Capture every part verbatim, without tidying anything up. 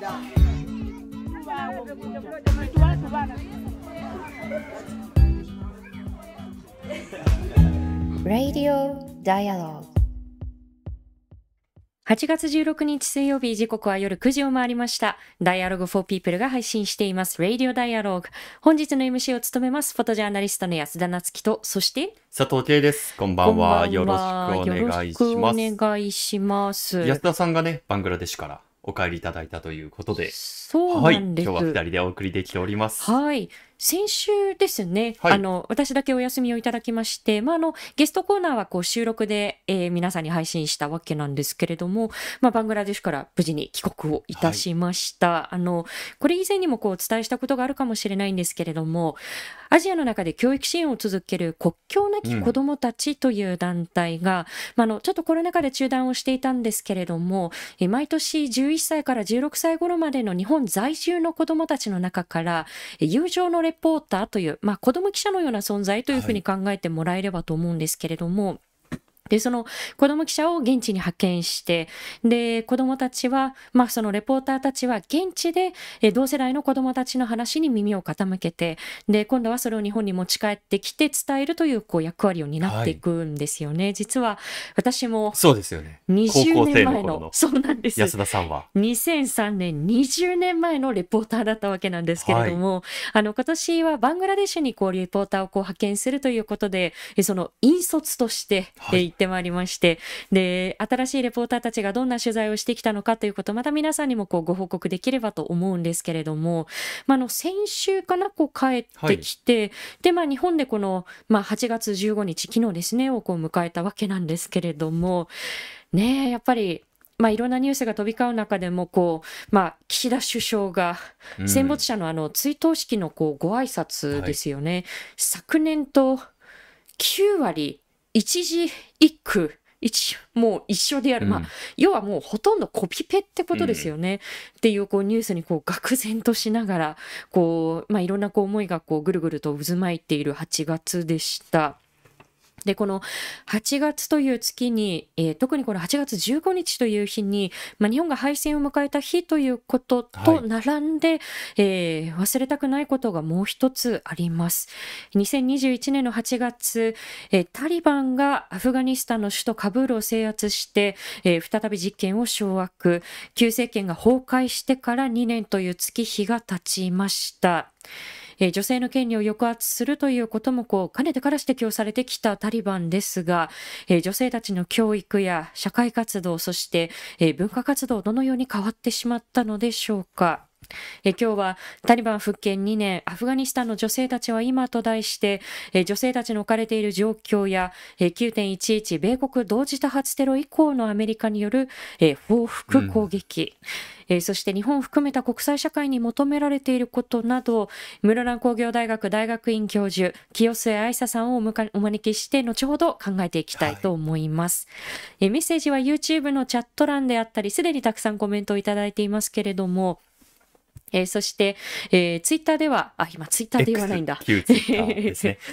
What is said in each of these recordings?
Radio Dialogue。はちがつじゅうろくにち水曜日、時刻は夜くじを回りました。Dialogue for People が配信しています Radio Dialogue。本日の エムシー を務めますフォトジャーナリストの安田なつきと、そして佐藤圭です。こんばんは。よろしくお願いします。 よろしくお願いします。 安田さんがね、バングラデシュからお帰りいただいたということで、 そうなんです。 はい、今日はふたりでお送りできております。 はい。先週ですね、はい、あの私だけお休みをいただきまして、まあ、あのゲストコーナーはこう収録で、えー、皆さんに配信したわけなんですけれども、まあ、バングラデシュから無事に帰国をいたしました、はい、あのこれ以前にもこうお伝えしたことがあるかもしれないんですけれども、アジアの中で教育支援を続ける国境なき子どもたちという団体が、うんまあ、あのちょっとコロナ禍で中断をしていたんですけれども、え毎年じゅういっさいからじゅうろくさい頃までの日本在住の子どもたちの中から友情のレポーターという、まあ、子ども記者のような存在というふうに考えてもらえればと思うんですけれども、はいでその子ども記者を現地に派遣して、で子どもたちは、まあ、そのレポーターたちは現地でえ同世代の子どもたちの話に耳を傾けて、で今度はそれを日本に持ち帰ってきて伝えるという、こう役割を担っていくんですよね、はい、実は私もそうですよね、 にじゅうねんまえ の, のそうなんです安田さんはにせんさんねんにじゅうねんまえのレポーターだったわけなんですけれども、はい、あの今年はバングラデシュにこうレポーターをこう派遣するということで、その引率として、はい、行ってまいりまして、で新しいレポーターたちがどんな取材をしてきたのかということをまた皆さんにもこうご報告できればと思うんですけれども、まあ、あの先週かなこう帰ってきて、はい、でまあ、日本でこの、まあ、はちがつじゅうごにち昨日ですねをこう迎えたわけなんですけれどもね、やっぱりまあ、いろんなニュースが飛び交う中でもこう、まあ、岸田首相が戦没者のあの追悼式のこうご挨拶ですよね、はい、昨年ときゅうわり一字一句一もう一緒である、うんまあ、要はもうほとんどコピペってことですよね、うん、っていう、こうニュースにこう愕然としながらこう、まあ、いろんなこう思いがこうぐるぐると渦巻いているはちがつでした。でこのはちがつという月に、えー、特にこのはちがつじゅうごにちという日に、まあ、日本が敗戦を迎えた日ということと並んで、はいえー、忘れたくないことがもう一つあります。にせんにじゅういちねんのはちがつ、えー、タリバンがアフガニスタンの首都カブールを制圧して、えー、再び実権を掌握、旧政権が崩壊してからにねんという月日が経ちました。えー、女性の権利を抑圧するということもこうかねてから指摘をされてきたタリバンですが、えー、女性たちの教育や社会活動、そして、えー、文化活動どのように変わってしまったのでしょうか。え今日はタリバン復権にねんアフガニスタンの女性たちは今と題してえ女性たちの置かれている状況やえ きゅうてんいちいち 米国同時多発テロ以降のアメリカによるえ報復攻撃、うんえそして日本を含めた国際社会に求められていることなど、室蘭工業大学大学院教授清末愛沙さんを お, むかお招きして後ほど考えていきたいと思います、はい、えメッセージは YouTube のチャット欄であったり、すでにたくさんコメントをいただいていますけれども、えー、そして、えー、ツイッターでは、あ、今ツイッターで言わないんだ。 旧ツイッターですね。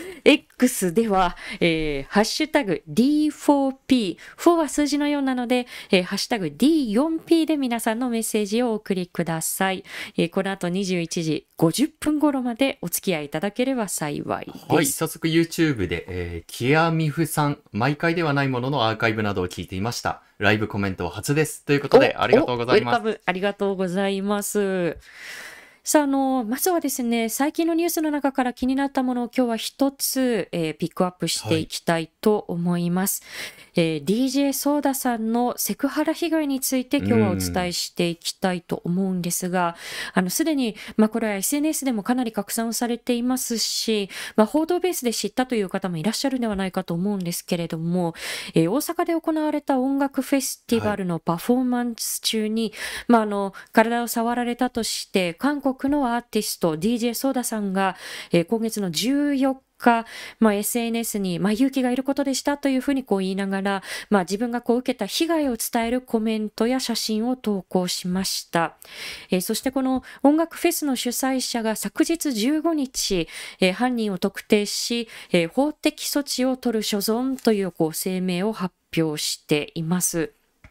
X では、えー、ハッシュタグ ディーフォーピー、フォーは数字のようなので、えー、ハッシュタグ ディーフォーピー で皆さんのメッセージをお送りください。えー、この後にじゅういちじごじゅっぷん頃までお付き合いいただければ幸いです。 はい、早速 YouTube で、えー、キアミフさん、毎回ではないもののアーカイブなどを聞いていました。ライブコメント初です。ということで、ありがとうございます。 ウェルカム、ありがとうございます。さあ、あのまずはですね、最近のニュースの中から気になったものを今日は一つ、えー、ピックアップしていきたいと思います、はいえー、ディージェー ソーダさんのセクハラ被害について今日はお伝えしていきたいと思うんですが、あのすでに、まあ、これは エスエヌエス でもかなり拡散をされていますし、まあ、報道ベースで知ったという方もいらっしゃるのではないかと思うんですけれども、えー、大阪で行われた音楽フェスティバルのパフォーマンス中に、はいまあ、あの体を触られたとして韓国のアーティスト ディージェー ソーダさんが、えー、今月のじゅうよっか、まあ、エスエヌエス に、まあ、勇気がいることでしたというふうにこう言いながら、まあ、自分がこう受けた被害を伝えるコメントや写真を投稿しました、えー、そしてこの音楽フェスの主催者が昨日じゅうごにち、えー、犯人を特定し、えー、法的措置を取る所存という、こう声明を発表しています。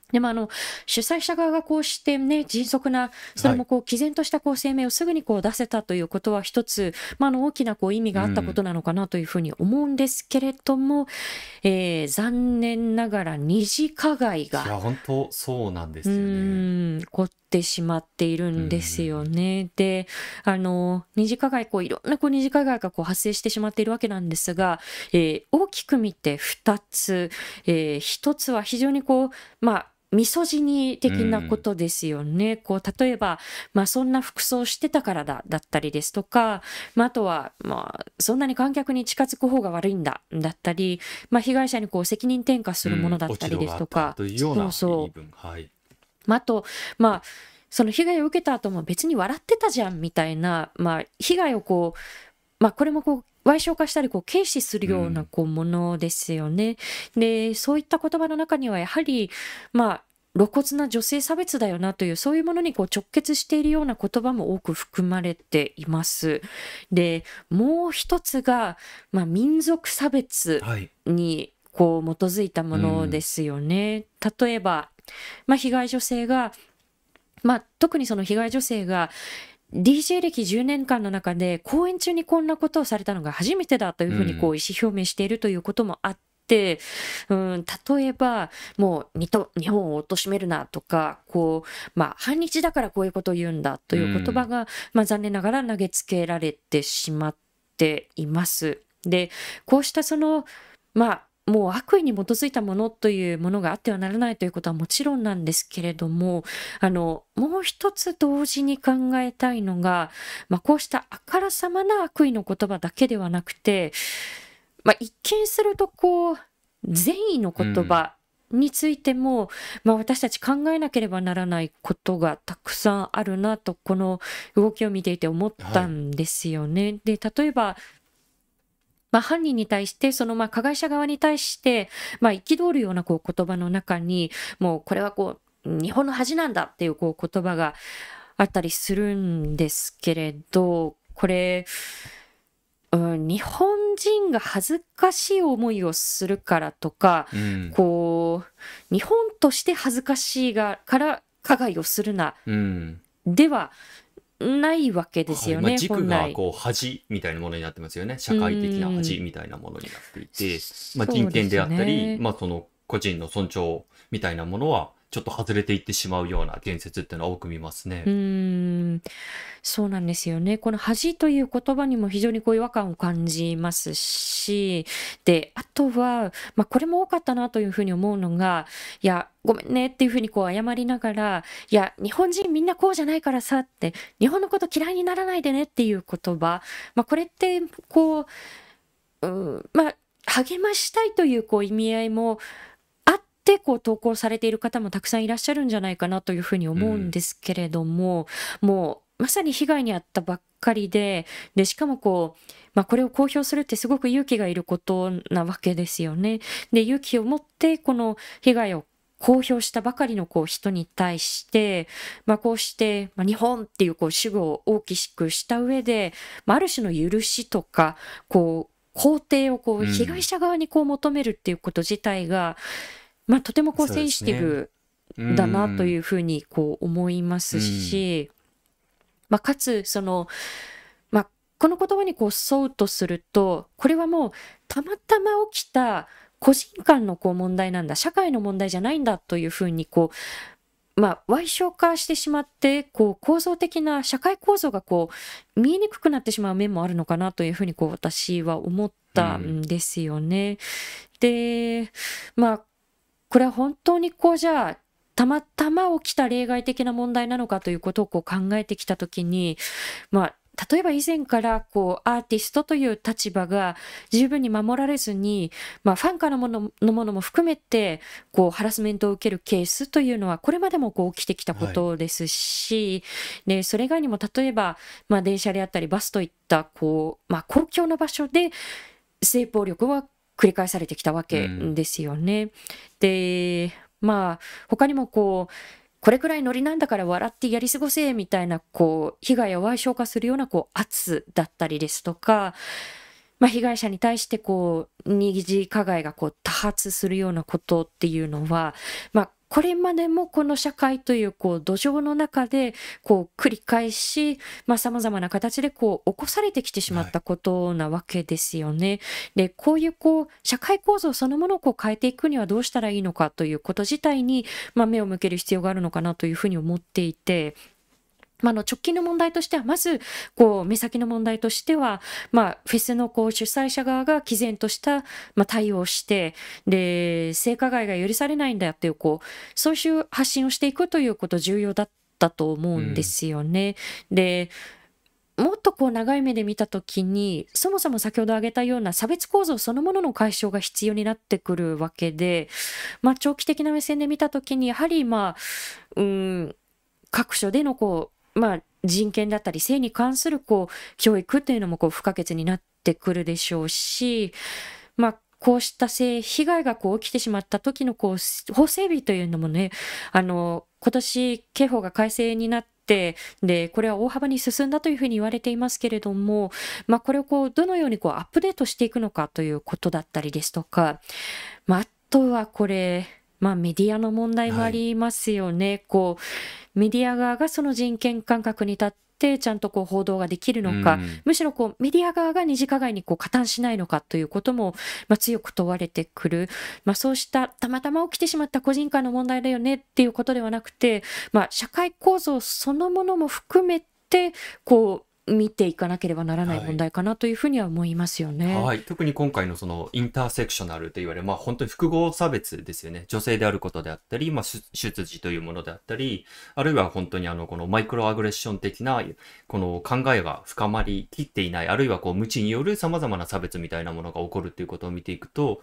でもあの主催者側がこうしてね、迅速な、それはい。 もこう毅然としたこう声明をすぐにこう出せたということは一つ、まあ、あの大きなこう意味があったこうん。 となのかなというふうに思うんですけれども、えー残念ながら二次加害がいや、本当そうなんでうすよね。 ーん、起こってしまっているうんですよん。 ね。で、あの、二次加害、こういろんなこう二次加害がこう発生してしまっているわけなんですが、えー大きく見てふたつ、えー一つは非常にこう、まあ、ミソジニう的なこん。 とですよね。こう、例えば、まあ、そんな服装をしてたからだ、だったりですとか、まあ、あとは、まあ、そんなに観客に近づく方が悪いんだ、だったり、まあ、被害者にこう責任転嫁するものうん。 だったり落ち度があっですとか、 たというようそうな言いそう。 分。はい。 まあ、あと、まあ、その被害を受けた後も別に笑ってたじゃんみたいな、まあ、被害をこう、まあ、これもこう、矮小化したり、こう、軽視するような、 うん。 こう、ものですよね。で、そういった言葉の中には、やはり、まあ、露骨な女性差別だよなという、そういうものにこう直結しているような言葉も多く含まれています。で、もう一つが、まあ、民族差別はい。 にこう基づいたもうん。 のですよね。例えば、まあ、被害女性が、まあ、特にその被害女性が ディージェー 歴じゅうねんかんの中で公演中にこんなことをされたのが初めてだというふうにこうん。 う意思表明しているということもあって、うん、例えばもうにと日本を貶めるなとか、こう、まあ、反日だからこういうことを言うんだとういう言葉ん。 が、まあ、残念ながら投げつけられてしまっています。で、こうしたその、まあ、もう悪意に基づいたものというものがあってはならないということはもちろんなんですけれども、あの、もう一つ同時に考えたいのが、まあ、こうしたあからさまな悪意の言葉だけではなくて、まあ、一見するとこう、善意のうん。 言葉についても、まあ、私たち考えなければならないことがたくさんあるなと、この動きを見ていて思ったはい。 んですよね。で、例えば、まあ、犯人に対して、その、ま、加害者側に対して、まあ、憤るようなこう言葉の中に、もうこれはこう、日本の恥なんだっていうこう言葉があったりするんですけれど、これ、うん、日本人が恥ずかしい思いをするからとか、 うん。 こう、日本として恥ずかしいがから加害をするな、 うん。 ではないわけですはい。まあ、 よね、 軸本来。 がこう恥みたいなものになってますよね。 う社会的なーん、 恥みたいなものになっていて、まあ、 そうです人権であったり、 ね。 まあ、その個人の尊重みたいなものは、ちょっと外れていってしまうような言説っていうのは多く見ますうね。 ーん、そうなんですよね。この恥という言葉にも非常にこう違和感を感じますし、で、あとは、まあ、これも多かったなというふうに思うのが、いや、ごめんねっていうふうにこう謝りながら、いや、日本人みんなこうじゃないからさって、日本のこと嫌いにならないでねっていう言葉、まあ、これってこう、うん、まあ、励ましたいというこう意味合いもあって、こう投稿されている方もたくさんいらっしゃるんじゃないかなというふうに思うんうん。 ですけれども、もうまさに被害に遭ったばっかりで、で、しかもこう、まあ、これを公表するってすごく勇気がいることなわけですよね。で、勇気を持ってこの被害を公表したばかりのこう人に対して、まあ、こうして、まあ、日本っていうこう主語を大きくした上で、まあ、ある種の許しとか、こう、肯定をこう被害うん。 者側にこう求めるっていうこと自体が、まあ、とてもこうそうでセンシティすね。 ブうだなといん。 うふうにこう思いまうすん。 し、まあ、かつその、まあ、この言葉にこう沿うとすると、これはもうたまたま起きた個人間のこう問題なんだ、社会の問題じゃないんだというふうにこう、まあ、矮小化してしまって、こう構造的な社会構造がこう見えにくくなってしまう面もあるのかなというふうにこう私は思ったうん。 んですよね。で、まあ、これは本当にこうじゃあ、たまたま起きた例外的な問題なのかということをこう考えてきたときに、まあ、例えば以前からこうアーティストという立場が十分に守られずに、まあ、ファンからのもののものも含めてこうハラスメントを受けるケースというのはこれまでもこう起きてきたこはい。 とですし、でそれ以外にも例えば、まあ、電車であったりバスといったこう、まあ、公共の場所で性暴力は繰り返されてきたわけうん。 ですよね。で、まあ、他にもこう、これくらいノリなんだから笑ってやり過ごせみたいな、こう、被害を矮小化するような、こう、圧だったりですとか、まあ、被害者に対してこう、二次加害がこう多発するようなことっていうのは、まあ、 これまでもこの社会というこう土壌の中でこう繰り返し、まあ、様々な形でこう起こされてきてしまはい。 ったことなわけですよね。で、こういうこう社会構造そのものをこう変えていくにはどうしたらいいのかということ自体に、まあ、目を向ける必要があるのかなというふうに思っていて、まあ、あの直近の問題としては、まず、こう、目先の問題としては、まあ、フェスのこう主催者側が毅然とした、まあ、対応をして、で、性加害が許されないんだよっていう、こう、そういう発信をしていくということ重要だったと思うんでうん。 すよね。で、もっとこう長い目で見たときに、そもそも先ほど挙げたような差別構造そのものの解消が必要になってくるわけで、まあ、長期的な目線で見たときに、やはりまあ、うーん、各所でのこう、まあ、人権だったり性に関するこう教育というのもこう不可欠になってくるでしょうし、まあ、こうした性被害がこう起きてしまった時のこう法整備というのもね、あの今年刑法が改正になって、でこれは大幅に進んだというふうに言われていますけれども、まあ、これをこうどのようにこうアップデートしていくのかということだったりですとか、まあ、あとはこれ、まあ、メディアの問題もはい。 ありますよね。こうメディア側がその人権感覚に立ってちゃんとこう報道ができるうのか、 ん。 むしろこうメディア側が二次加害にこう加担しないのかということも、まあ、強く問われてくる、まあ、そうしたたまたま起きてしまった個人間の問題だよねっていうことではなくて、まあ、社会構造そのものも含めてこう見ていかなければならないはい。 問題かなというふうには思いますよね。 はい。特に今回のそのインターセクショナルと言われる、まあ本当に複合差別ですよね。女性であることであったり、まあ出出自というものであったり、あるいは本当にあのこのマイクロアグレッション的なこの考えが深まりきっていない、あるいはこう無知による様々な差別みたいなものが起こるっていうことを見ていくと、 うん。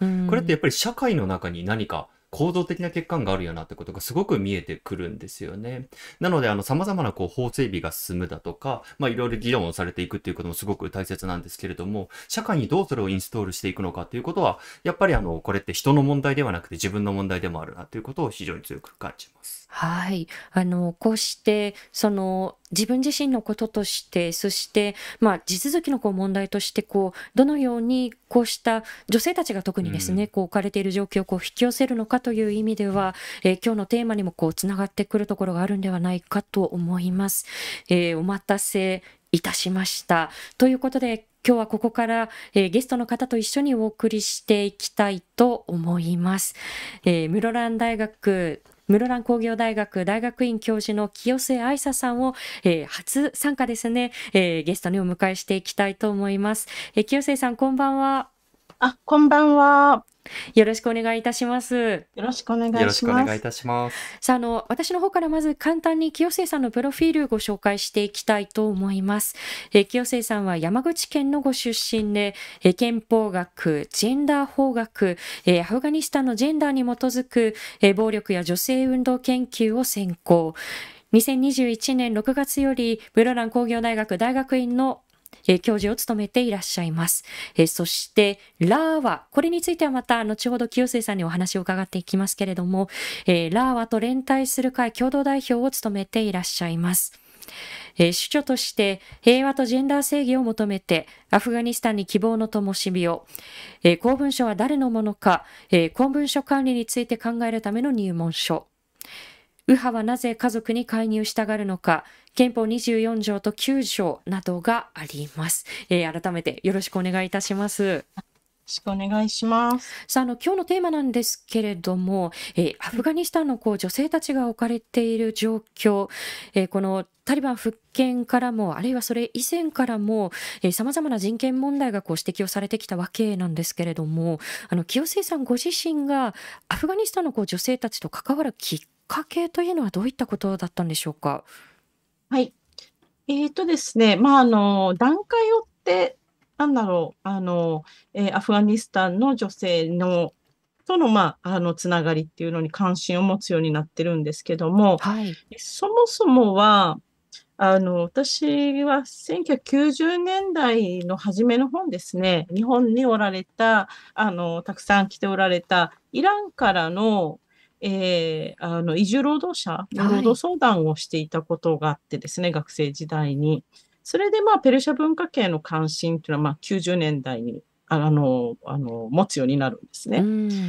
これってやっぱり社会の中に何か構造的な欠陥があるよなってことがすごく見えてくるんですよね。なので、あの、様々なこう法整備が進むだとか、まあいろいろ議論をされていくっていうこともすごく大切なんですけれども、社会にどうそれをインストールしていくのかっていうことは、やっぱりあの、これって人の問題ではなくて自分の問題でもあるなということを非常に強く感じます。 はい。あの、こうして、その、自分自身のこととして、そして、まあ、地続きのこう問題として、こう、どのように、こうした女性たちが特にですね、 うん。 こう置かれている状況をこう引き寄せるのかという意味では、えー今日のテーマにもこう、つながってくるところがあるんではないかと思います。えーお待たせいたしました。ということで、今日はここから、えーゲストの方と一緒にお送りしていきたいと思います。えー室蘭大学室蘭工業大学大学院教授の清瀬愛沙さんを、えー初参加ですね、えーゲストにお迎えしていきたいと思います。えー清瀬さん、こんばんは。 あ、こんばんは。 よろしくお願いいたします。 よろしくお願いよろしします。 くお願いいたします。 さあ、あの、私の方からまず簡単に清瀬さんのプロフィールをご紹介していきたいと思います。えー清瀬さんは山口県のご出身で、えー憲法学、ジェンダー法学、えーアフガニスタンのジェンダーに基づく、えー暴力や女性運動研究を専攻。にせんにじゅういちねんろくがつより室蘭工業大学大学院のえー教授を務めていらっしゃいます。えーそして、ラーワ。これについてはまた、後ほど清水さんにお話を伺っていきますけれども、えーラーワと連帯する会共同代表を務めていらっしゃいます。えー主張として平和とジェンダー正義を求めてアフガニスタンに希望の灯火を、えー公文書は誰のものか、えー公文書管理について考えるための入門書、右派はなぜ家族に介入したがるのか、憲法にじゅうよん条ときゅう条などがあります。えー改めてよろしくお願いいたします。 よろしくお願いします。 さあ、あの、今日のテーマなんですけれども、えーアはい。 フガニスタンのこう女性たちが置かれている状況、えーこのタリバン復権からも、あるいはそれ以前からも、えー、様々な人権問題がこう指摘をされてきたわけなんですけれども、あの、清瀬さんご自身がアフガニスタンのこう女性たちと関わるきっかけというのはどういったことだったんでしょうか。 はい。えーとですね、まあ、あの、段階を追って、なんだろう、あの、えーアフガニスタンの女性の、との、まあ、あの、つながりっていうのに関心を持つようになってるんですけども、 はい。 えそもそもは、あの、私はせんきゅうひゃくきゅうじゅうねんだいの初めの方ですね、日本におられた、あの、たくさん来ておられたイランからの、えーあの、移住労働者の労はい。 働相談をしていたことがあってですね、学生時代に。それで、まあ、ペルシャ文化系の関心っていうのは、まあ、きゅうじゅうねんだいに、あの、あの、持つようになるんですうね。 ん。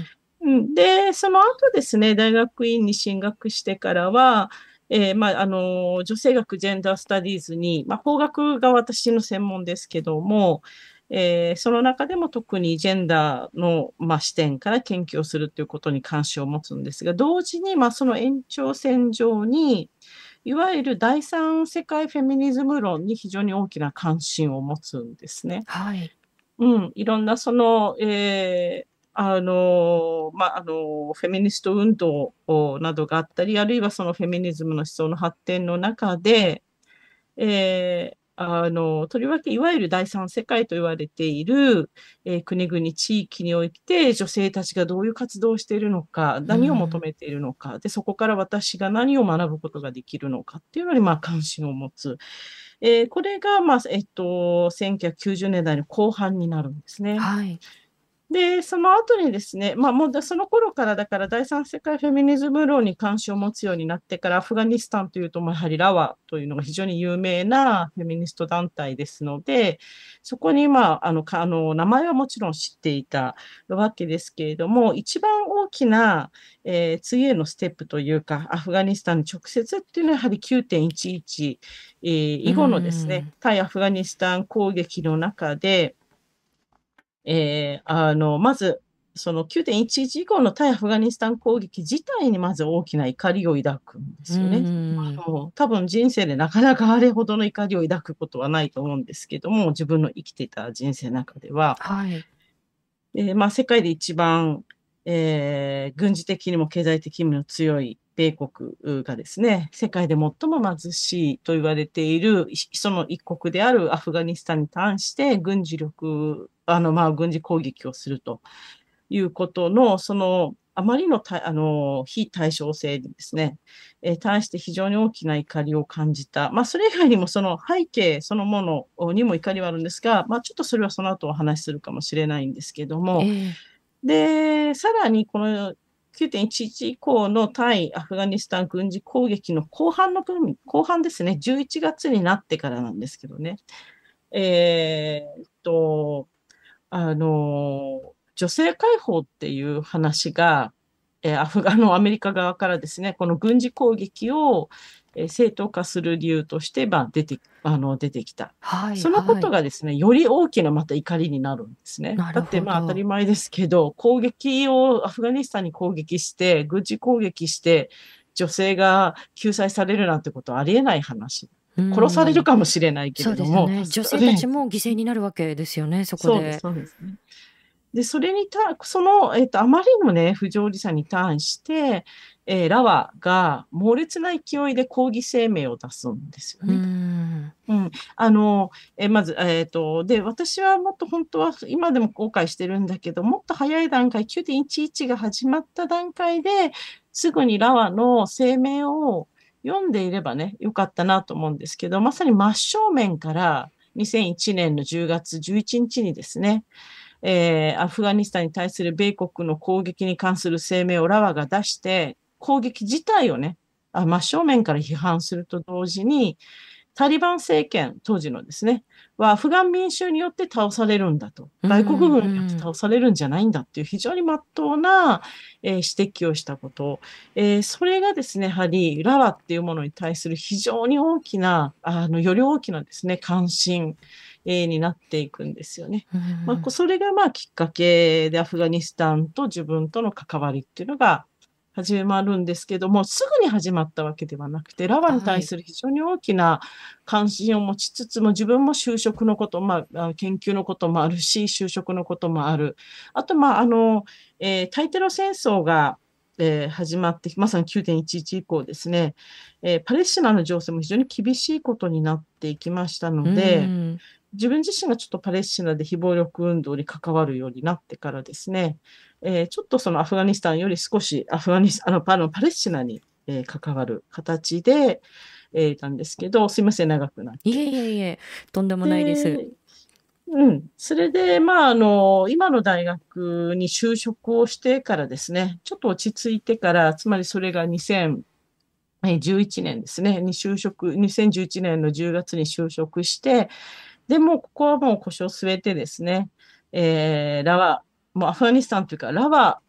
うんで、その後ですね、大学院に進学してからは、えーまあ、あの、女性学ジェンダースタディーズに、まあ、法学が私の専門ですけども、えーその中でも特にジェンダーの、まあ、視点から研究をするということに関心を持つんですが、同時に、まあ、その延長線上に、いわゆる第三世界フェミニズム論に非常に大きな関心を持つんですね。 はい。 うん、いろんなその、えーあの、まあ、あの、フェミニスト運動などがあったり、あるいはそのフェミニズムの思想の発展の中で、えーあの、とりわけいわゆる第三世界と言われている、えー国々、地域において女性たちがどういう活動をしているのか、何を求めているのか、で、そこから私が何を学ぶことができるのかっていうのに、まあ、関心を持つ。えーこれが、まあ、えっと、せんきゅうひゃくきゅうじゅうねんだいの後半になるんですね。 はい。 で、その後にですね、まあもうだその頃からだから第三世界フェミニズム論に関心を持つようになってから、アフガニスタンというと、まあやはりラワというのが非常に有名なフェミニスト団体ですので、そこにまあ、あの、かあの名前はもちろん知っていたわけですけれども、一番大きな、えー次へのステップというか、アフガニスタンに直接っていうのはやはりきゅうてんいちいち、えー以後のですね、対アフガニスタン攻撃の中で、えーあの、まず、そのきゅうてんいちいち以降の対アフガニスタン攻撃自体にまず大きな怒りを抱くんですよね。 うんあの多分人生でなかなかあれほどの怒りを抱くことはないと思うんですけども、自分の生きていた人生の中では。 はい。 えーまあ、世界で一番、えー軍事的にも経済的にも強い米国がですね、世界で最も貧しいと言われている、その一国であるアフガニスタンに対して軍事力、あの、まあ、軍事攻撃をするということの、その、あまりのたあの非対称性にですね、えー対して非常に大きな怒りを感じた。まあ、それ以外にもその背景そのものにも怒りはあるんですが、まあ、ちょっとそれはその後お話しするかもしれないんですけども、 ええで、さらにこのきゅうてんいちいち以降の対アフガニスタン軍事攻撃の後半の分、後半ですね、じゅういちがつになってからなんですけどね、えーっと、あの、女性解放っていう話が、えーアフガンのアメリカ側からですね、この軍事攻撃をえー正当化する理由として、まあ、出て、あの、出てきた。 はい。 そのこはい。 とがですね、より大きなまた怒りになるんですね。 なるだってまあ当たりほど。 前ですけど、攻撃をアフガニスタンに攻撃して、軍事攻撃して、女性が救済されるなんてことはありえない話。 う殺されるん。 かもしれないけそうれども、 ですよね。女それ、 性たちも犠牲になるわけですよね、そこそうです、 で。 そうですね。で、それにた、その、えっと、あまりのね、不条理さに対して、えーラワが猛烈な勢いで抗議声明を出すんですようね。 ん。 うん。あの、えーまず、えっと、で、私はもっと本当は今でも後悔してるんだけど、もっと早い段階、きゅうてんいちいちが始まった段階で、すぐにラワの声明を読んでいればね、よかったなと思うんですけど、まさに真正面からにせんいちねんのじゅうがつじゅういちにちにですね、えーアフガニスタンに対する米国の攻撃に関する声明をラワが出して、攻撃自体をね、あ真正面から批判すると同時に、タリバン政権、当時のですね、はアフガン民衆によって倒されるんだと。 うん。 外国軍によってうん倒されるんじゃないんだっていう非常に真っ当な、えー指摘をしたこと。えーそれがですね、やはりラワっていうものに対する非常に大きな、あの、より大きなですね、関心、えーになっていくんですよね。まあ、 うん。 こそれがまあきっかけでアフガニスタンと自分との関わりっていうのが始まるんですけども、すぐに始まったわけではなくて、ラワにはい。 対する非常に大きな関心を持ちつつも、自分も就職のこと、まあ、あ研究のこともあるし、就職のこともある。あと、まあ、あの、えー、対テロ戦争が、えー始まって、まさにきゅうてんいちいち以降ですね、えーパレスチナの情勢も非常に厳しいことになっていきましたうので、 ん。 自分自身がちょっとパレスチナで非暴力運動に関わるようになってからですね、えーちょっとそのアフガニスタンより少しアフガニスあのパのパレスチナに、えー関わる形で、えーいたんですけど、すいません、長くなっいえて。 いえいえ、とんでもないです。 で、うん。それで、まあ、あの、今の大学に就職をしてからですね、ちょっと落ち着いてから、つまりそれがにせんじゅういちねんですね、に就職、にせんじゅういちねんのじゅうがつに就職して、でも、ここはもう腰を据えてですね、えーラワ、もうアフガニスタンというか、ラワ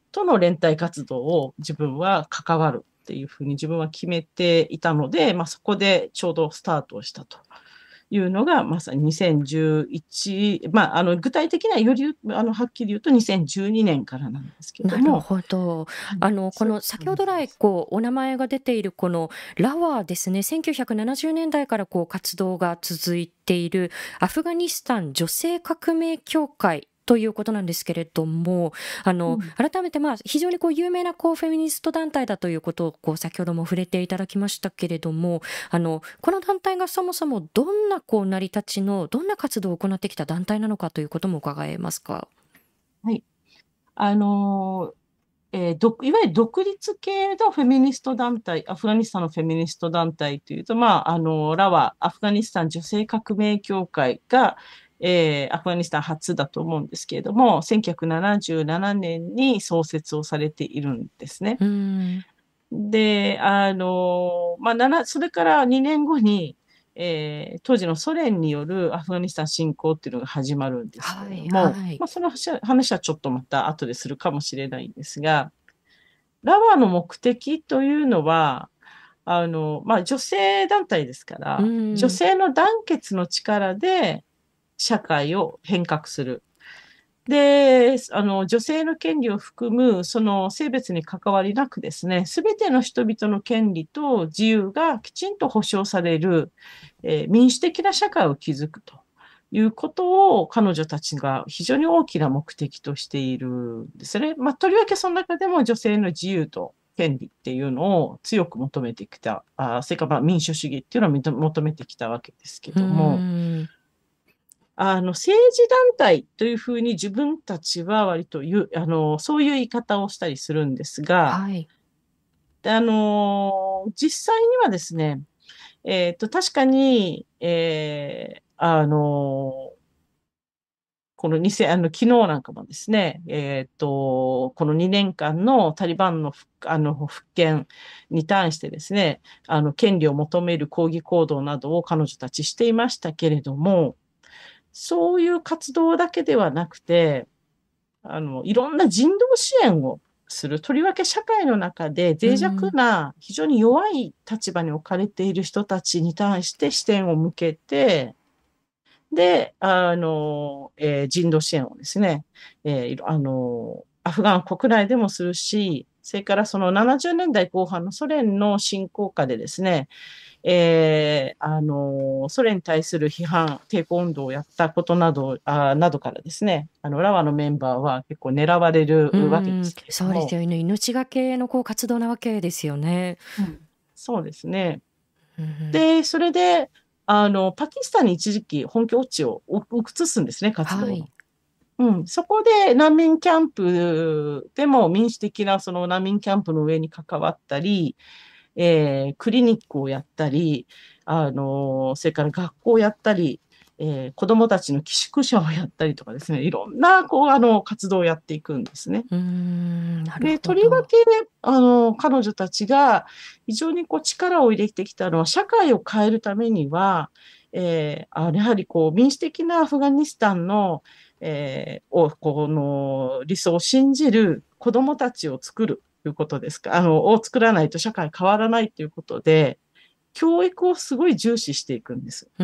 との連帯活動を自分は関わるっていうふうに自分は決めていたので、まあ、そこでちょうどスタートをしたというのが、まさににせんじゅういち、まあ、あの具体的にはよりあのはっきり言うとにせんじゅうにねんからなんですけども。 なるほど。あのこの先ほど来こうお名前が出ているこのラワーですね、せんきゅうひゃくななじゅうねんだいからこう活動が続いているアフガニスタン女性革命協会ということなんですけれども、あの、うん、改めてまあ非常にこう有名なこうフェミニスト団体だということをこう先ほども触れていただきましたけれども、あのこの団体がそもそもどんなこう成り立ちのどんな活動を行ってきた団体なのかということも伺えますか。 はい、あのえー、どいわゆる独立系のフェミニスト団体、アフガニスタンのフェミニスト団体というと、まあ、あの、ラはアフガニスタン女性革命協会が、えー、アフガニスタン初だと思うんですけれども、せんきゅうひゃくななじゅうななねんに創設をされているんですね。 うんで、あの、まあ、それからにねんごに、えー、当時のソ連によるアフガニスタン侵攻っていうのが始まるんですけれども、はいはい、まあ、その話はちょっとまた後でするかもしれないんですが、ラワの目的というのは、あの、まあ、女性団体ですから、女性の団結の力で社会を変革する。で、あの、女性の権利を含む、その性別に関わりなくですね、すべての人々の権利と自由がきちんと保障される、えー、民主的な社会を築くということを彼女たちが非常に大きな目的としているんですね。まあ、とりわけその中でも女性の自由と権利っていうのを強く求めてきた、あそれからまあ民主主義っていうのを求めてきたわけですけども、あの、政治団体というふうに自分たちは割と言う、あの、そういう言い方をしたりするんですが、はい、あの、実際にはですね、えっと、確かに、えー、あの、このにせん、あの、昨日なんかもですね、えっと、このにねんかんのタリバンの、あの、復権に対してですね、あの、権利を求める抗議行動などを彼女たちしていましたけれども、そういう活動だけではなくて、あの、いろんな人道支援をする。とりわけ社会の中で脆弱な、非常に弱い立場に置かれている人たちに対して視点を向けて、で、あの、えー、人道支援をですね、えー、あの、アフガン国内でもするし、それからそのななじゅうねんだいこう半のソ連の侵攻下でですね、えー、あの、ソ連に対する批判、抵抗運動をやったことなど、あなどからですね、あの、ラワのメンバーは結構狙われるわけですけれども。 そうですよね。命がけのこう活動なわけですよね。 うん、そうですね。うん、で、それで、あの、パキスタンに一時期本拠地を移すんですね、活動の。はい、うん、そこで難民キャンプでも民主的なその難民キャンプの上に関わったり、えー、クリニックをやったり、あの、それから学校をやったり、えー、子供たちの寄宿舎をやったりとかですね、いろんな、こう、あの、活動をやっていくんですね。 うーん、なるほど。 で、とりわけ、あの、彼女たちが非常にこう力を入れてきたのは、社会を変えるためには、えー、あやはりこう、民主的なアフガニスタンの、えー、を、この理想を信じる子供たちを作る。ということですか。あの、を作らないと社会変わらないということで、教育をすごい重視していくんです。 うん。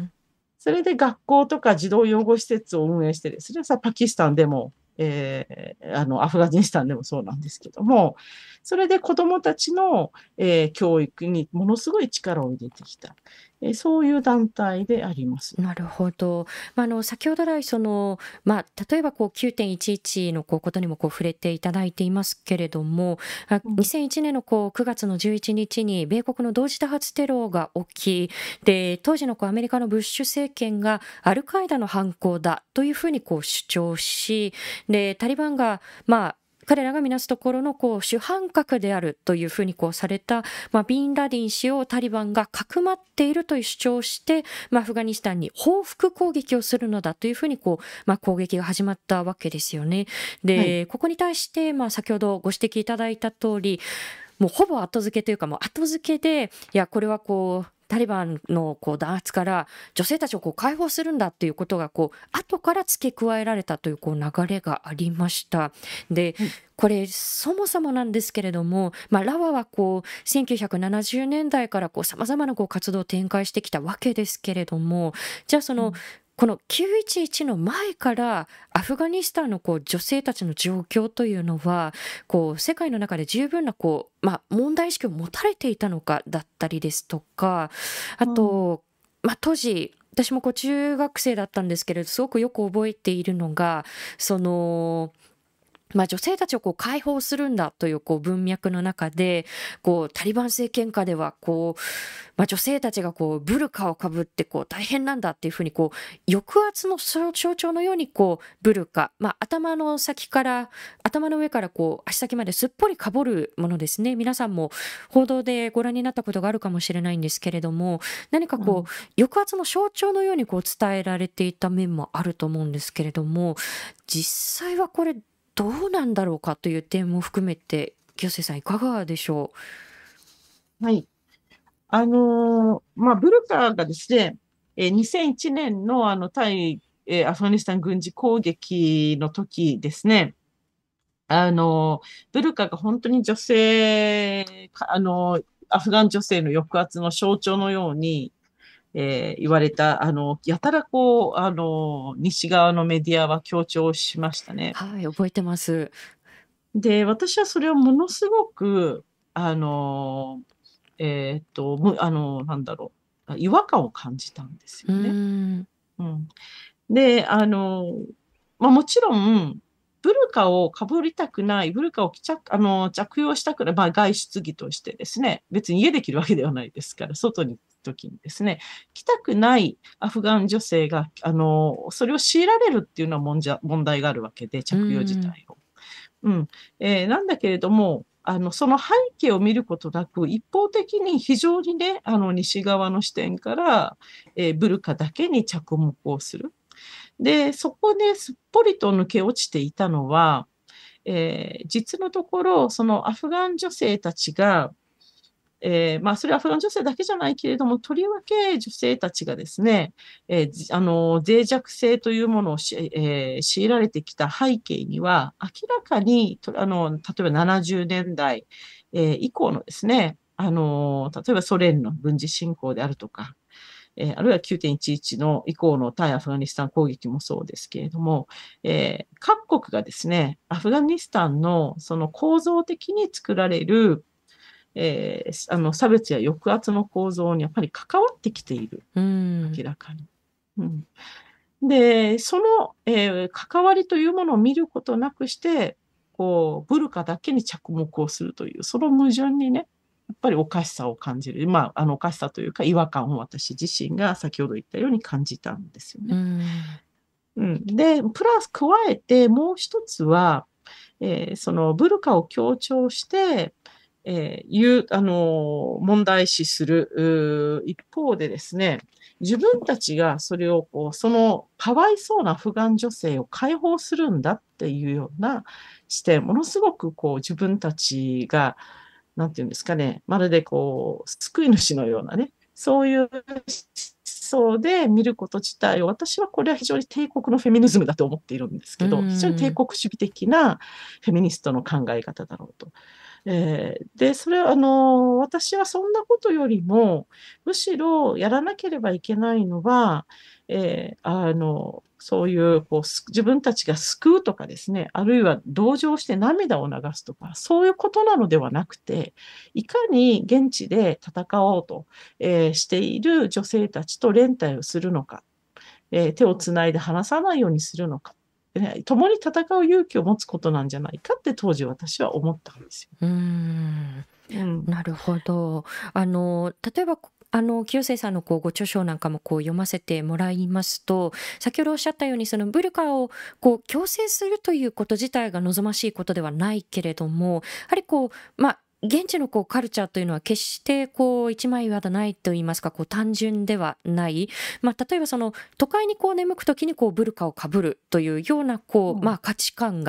それで学校とか児童養護施設を運営してですね、さパキスタンでも、えー、あの、アフガニスタンでもそうなんですけども、それで子供たちの、えー、教育にものすごい力を入れてきた。えー、そういう団体であります。 なるほど。まあ、あの先ほど来その、まあ、例えばこう きゅうてんいちいち のこうことにもこう触れていただいていますけれども、にせんいちねんのこうくがつのじゅういちにちに米国の同時多発テロが起き、で当時のこうアメリカのブッシュ政権がアルカイダの犯行だというふうにこう主張し、でタリバンがまあ彼らが見なすところのこう主犯格であるというふうにこうされた、まあ、ビンラディン氏をタリバンがかくまっているという主張をして、まあ、アフガニスタンに報復攻撃をするのだというふうにこう、まあ、攻撃が始まったわけですよね。で、はい、ここに対して、まあ、先ほどご指摘いただいた通り、もうほぼ後付けというかもう後付けで、いやこれはこうタリバンのこう弾圧から女性たちをこう解放するんだっていうことがこう後から付け加えられたというこう流れがありました。で、 はい。 これそもそもなんですけれども、まあ、ラワはこうせんきゅうひゃくななじゅうねんだいからさまざまなこう活動を展開してきたわけですけれども、じゃあそのうん。 このきゅういちいちの前からアフガニスタンのこう女性たちの状況というのはこう世界の中で十分なこう、まあ、問題意識を持たれていたのかだったりですとか、あうん。 と、まあ、当時私もこう中学生だったんですけれどすごくよく覚えているのがそのまあ、女性たちをこう解放するんだというこう文脈の中でこうタリバン政権下ではこう、まあ、女性たちがこうブルカをかぶってこう大変なんだっていうふうにこう抑圧の象象徴のようにこうブルカ、まあ、頭の先から頭の上からこう足先まですっぽりかぶるものですね。皆さんも報道でご覧になったことがあるかもしれないんですけれども、何かこううん。 抑圧の象徴のようにこう伝えられていた面もあると思うんですけれども、実際はこれどうなんだろうかという点も含めて清瀬さんいかがでしょはい。あのーまあ、ブルカがですね、えーにせんいちねんのあの対、えーアフガニスタン軍事攻撃の時ですね、あのーブルカが本当に女性、かあのーアフガン女性の抑圧の象徴のように、えー言われた、あの、やたらこう、あの、西側のメディアは強調しましたう。 ね。 はい、覚えてます。 で、私はそれをものすごく、あの、えーっと、む、あの、なんだろう、違和感を感じたんですうーよね。 ん、 うん。で、あの、まあ、もちろん、ブルカをかぶりたくない、ブルカを着着、あの、着用したくない、まあ、外出着としてですね、別に家で着るわけではないですから、外に行くときにですね、着たくないアフガン女性が、あの、それを強いられるっていうのは問題問題があるわけで、 う着用自ーん、 体を。うん。えーなんだけれども、あの、その背景を見ることなく、一方的に非常にね、あの、西側の視点から、えーブルカだけに着目をする。で、そこですっぽりと抜け落ちていたのは、えー実のところ、そのアフガン女性たちが、えーまあ、それはアフガン女性だけじゃないけれども、とりわけ女性たちがですね、えーじあの、脆弱性というものをし、えー強いられてきた背景には、明らかに、とあの、例えばななじゅうねんだい、えー以降のですね、あの、例えばソ連の軍事侵攻であるとか、えーあるいはきゅうてんいちいちの以降の対アフガニスタン攻撃もそうですけれども、えー各国がですね、アフガニスタンのその構造的に作られる、えーあの差別や抑圧の構造にやっぱり関わってきている、 うーん、 明らかに。うん、で、その、えー関わりというものを見ることなくして、こう、ブルカだけに着目をするという、その矛盾にね、やっぱりおかしさを感じる。まあ、あの、おかしさというか違和感を私自身が先ほど言ったように感じたんですようーね。 ん、 うん。で、プラス加えてもう一つは、えーそのブルカを強調して、えーいう、あのー問題視する、うー一方でですね、自分たちがそれをこう、そのかわいそうなアフガン女性を解放するんだっていうような視点、ものすごくこう自分たちが、なんていうんですかね、まるでこう、救い主のようなね、そういう思想で見ること自体を、私はこれは非常に帝国のフェミニズムだと思っているんですうーけど、非常に帝ん、 国主義的なフェミニストの考え方だろうと。えーで、それは、あの、私はそんなことよりも、むしろやらなければいけないのは、えーあの、そういう、こう、す自分たちが救うとかですね、あるいは同情して涙を流すとか、そういうことなのではなくて、いかに現地で戦おうと、えーしている女性たちと連帯をするのか、えー手をつないで離さないようにするのか、ね共に戦う勇気を持つことなんじゃないかって当時私は思ったんですうーん。 よ。うん。 なるほど。あの、例えば、あの、清瀬さんのこうご著書なんかもこう読ませてもらいますと、先ほどおっしゃったように、そのブルカをこう強制するということ自体が望ましいことではないけれども、やはりこう、まあ、現地のこうカルチャーというのは決してこう一枚岩でないといいますか、こう単純ではない。まあ、例えばその都会にこう眠くときにこうブルカをかぶるというようなこう、まうん。 あ、価値観があって、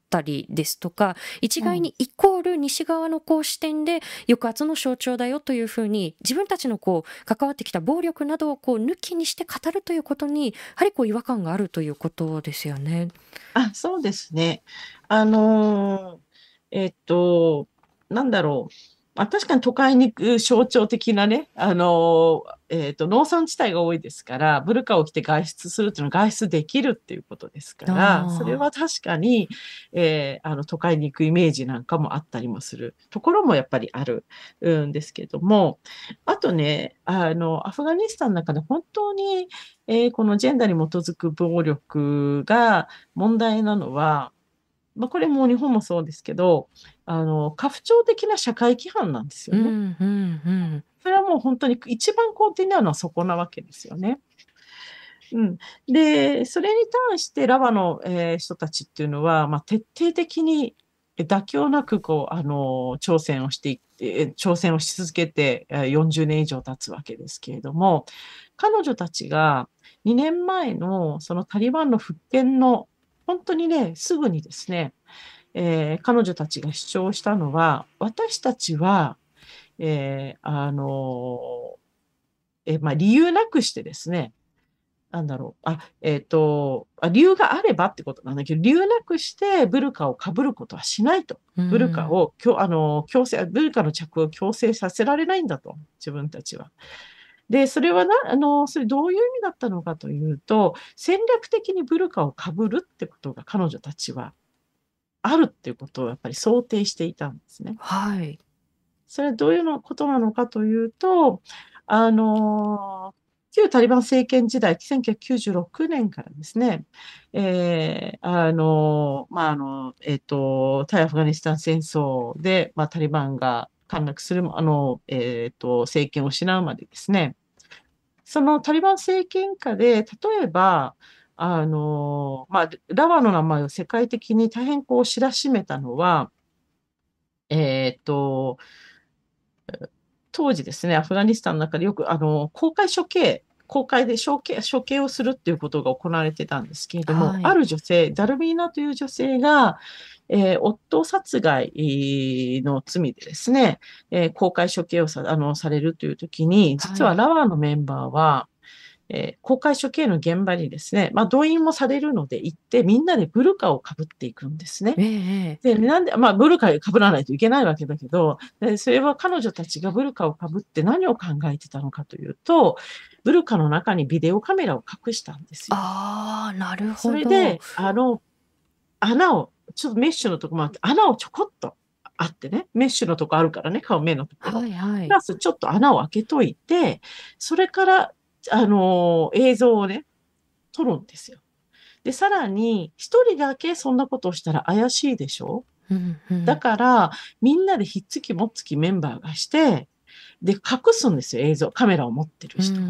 たりですとか、一うん。 概にイコール西側のこう視点で抑圧の象徴だよというふうに、自分たちのこう関わってきた暴力などをこう抜きにして語るということに、やはりこう違和感があるということですよね。 あ、そうですね。あのーえっと、なんだろう。まあ、確かに都会に行く象徴的なね、あのーえっと、農村地帯が多いですから、ブルカを着て外出するっていうのは外出できるっていうことですから、それあは確かに、えーあの、都会に行くイメージなんかもあったりもするところもやっぱりあるんですけども、あとね、あの、アフガニスタンの中で本当に、えーこのジェンダーに基づく暴力が問題なのは、まあ、これも日本もそうですけど、あの、家父長的な社会規範なんですあ、うよね。 んうんうん。 それはもう本当に一番根底にあるのはそこなわけですよね。うん。で、それに対してラバの、えー人たちっていうのは、まあ、徹底的に妥協なく、こう、あの、挑戦をしていって、えー挑戦をし続けて、えーよんじゅうねん以上経つわけですけれども、彼女たちがにねんまえのそのタリバンの復権の、本当にね、すぐにですね、えー彼女たちが主張したのは、私たちは、えーあのえーまあ、理由なくしてですね、なんだろう。あ、えっと、あ、理由があればってことなんだけど、理由なくしてブルカを被ることはしないと。 うブルカん。 を、きょ、あの、強制、ブルカの着用を強制させられないんだと。自分たちは。で、それはな、あの、それどういう意味だったのかというと、戦略的にブルカを被るってことが彼女たちはあるっていうことをやっぱり想定していたんですね。 はい。 それはどういうのことなのかというと、あの、旧タリバン政権時代、せんきゅうひゃくきゅうじゅうろくねんからですね、えーあの、まあ、あの、えっと、対アフガニスタン戦争で、まあ、タリバンが陥落する、あの、えっと、政権を失うまでですね、そのタリバン政権下で、例えば、あの、まあ、ラワの名前を世界的に大変こう知らしめたのは、えっと、当時ですね、アフガニスタンの中でよく、あの、公開処刑、公開で処刑、処刑をするっていうことが行われてたんですけれども、あはい。 る女性、ダルミーナという女性が、えー夫殺害の罪でですね、えー公開処刑をさ、あの、されるという時に、実ははい。 ラワーのメンバーは、えー公開処刑の現場にですね、まあ、動員もされるので行って、みんなでブルカを被っていくんですね。 ええ、ええ。 で、なんで、まあ、ブルカ被らないといけないわけだけど、でそれは彼女たちがブルカを被って何を考えてたのかというと、ブルカの中にビデオカメラを隠したんですよ。 ああ、なるそほど。 れで、あの、穴を、ちょっとメッシュのとこもあって、穴をちょこっとあってね、メッシュのとこあるからね、顔、目のところ。 はいはい。 プラスちょっと穴を開けといて、それから、あの、映像をね、撮るんですよ。で、さらに、一人だけそんなことをしたら怪しいでしょ？ うんうだん。 から、みんなでひっつきもっつきメンバーがして、で、隠すんですよ、映像。カメラを持ってるうん人。 うん。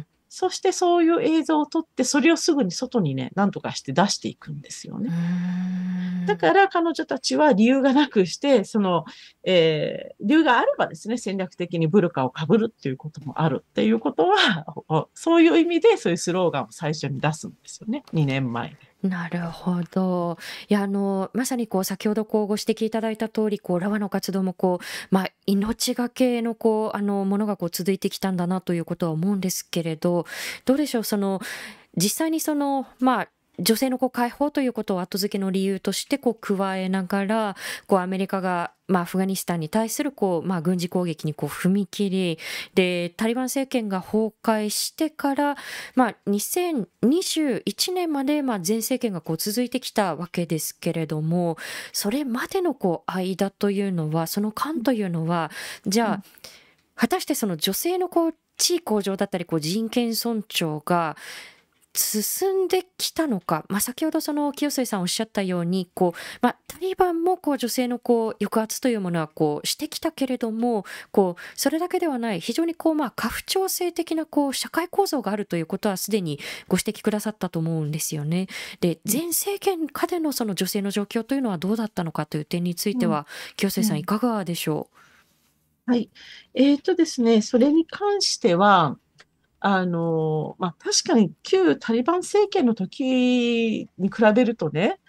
そしてそういう映像を撮って、それをすぐに外にね、なんとかして出していくんですようーね。だん。 から彼女たちは理由がなくして、その、えー理由があればですね、戦略的にブルカを被るっていうこともあるっていうことは、おそういう意味でそういうスローガンを最初に出すんですよね。にねんまえで。 なるほど。いや、あの、まさにこう、先ほどこうご指摘いただいた通り、こう、ラワの活動もこう、まあ、命がけのこう、あの、ものがこう続いてきたんだなということは思うんですけれど、どうでしょう、その、実際にその、まあ、女性のこう解放ということを後付けの理由としてこう加えながら、こうアメリカが、まあ、アフガニスタンに対するこう、まあ、軍事攻撃にこう踏み切り、で、タリバン政権が崩壊してから、まあ、にせんにじゅういちねんまで、まあ、前政権がこう続いてきたわけですけれども、それまでのこう間というのは、その間というのは、じゃあ、果たしてその女性のこう地位向上だったりこう人権尊重が進んできたのか、まあ、先ほどその清末さんおっしゃったようにこう、まあ、タリバンもこう女性のこう抑圧というものはこうしてきたけれども、こうそれだけではない非常にこう、まあ、家父長制的なこう社会構造があるということはすでにご指摘くださったと思うんですよね。で、前政権下でのその女性の状況というのはどうだったのかという点については、清末さんいかがでしょはい。えっとですね、それに関しては、あの、まあ、確かに旧タリバン政権の時に比べるとね、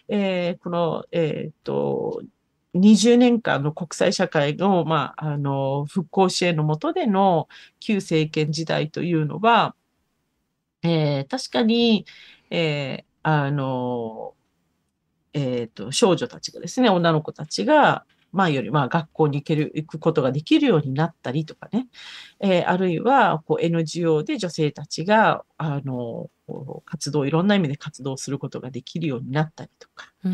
えーこの、えっと、にじゅうねんかんの国際社会の、まあ、あの、復興支援の下での旧政権時代というのは、えー確かに、えーあの、えっと、少女たちがですね、女の子たちが、前よりまあ学校に行ける、行くことができるようになったりとかね、えーあるいはこう エヌジーオー で女性たちが、あの、こう活動、いろんな意味で活動することができるようになったりとか、 うん。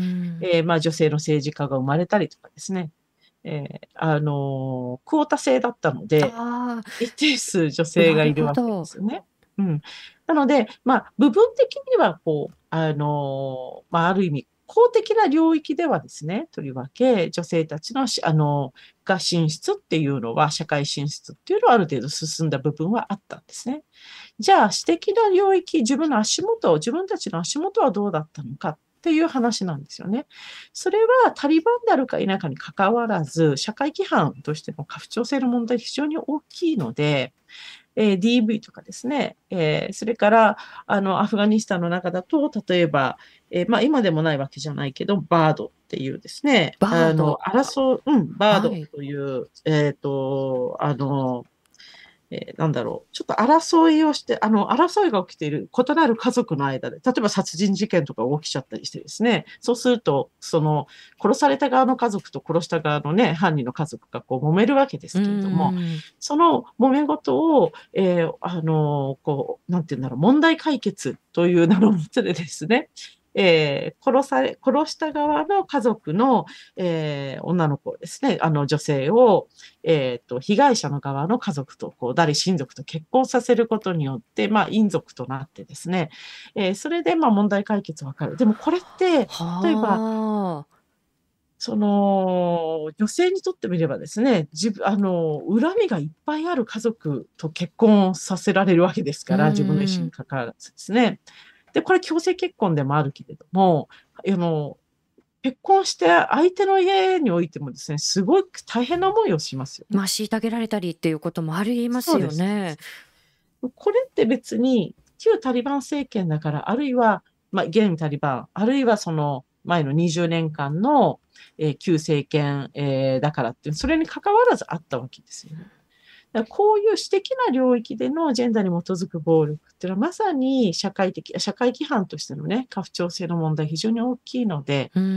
えーまあ女性の政治家が生まれたりとかですね、えーあの、クオータ制だったので、 あ一定数女あ、なる性がいるわけでほど。 すよね。うん。なので、まあ、部分的には、こう、あの、まあ、ある意味、公的な領域ではですね、とりわけ、女性たちのし、あの、が進出っていうのは、社会進出っていうのはある程度進んだ部分はあったんですね。じゃあ、私的な領域、自分の足元、自分たちの足元はどうだったのかっていう話なんですよね。それはタリバンであるか否かに関わらず、社会規範としての家父長制の問題非常に大きいので、えー ディーブイ とかですね、えーそれから、あの、アフガニスタンの中だと、例えば、えーまあ、今でもないわけじゃないけど、バードっていうですね、あの、 バード。 争う、うん、バードはい。 という、えっと、あの、えーなんだろう、ちょっと争いをして、あの、争いが起きている異なる家族の間で、例えば殺人事件とか起きちゃったりしてですね、そうすると、その、殺された側の家族と殺した側のね、犯人の家族がこう揉めるわけでうすけれども、 ん。 その揉め事を、えーあの、こう、なんていうんだろう、問題解決という名のもとでですね、えー殺され、殺した側の家族の、えー女の子ですね、あの女性を、えっと、被害者の側の家族と、こう、誰親族と結婚させることによって、まあ、姻族となってですね、えーそれで、まあ、問題解決わかる。でも、これって、例えば、 はあ。 その、女性にとってみればですね、自分、あの、恨みがいっぱいある家族と結婚させられるわけですうから、自分の意思にん。 関わらずですね。で、これ強制結婚でもあるけれども、あの、結婚して相手の家においてもですね、すごく大変な思いをしますよね。 まあ、虐げられたりっていうこともありますそうです。そうでよね。 す。これって別に旧タリバン政権だから、あるいは、まあ、現タリバン、あるいはその前のにじゅうねんかんの、えー旧政権、えーだからっていう、それに関わらずあったわけですよね。だからこういう私的な領域でのジェンダーに基づく暴力っていうのはまさに社会的、社会規範としてのね、家父長制の問題非常に大きいので、 うん。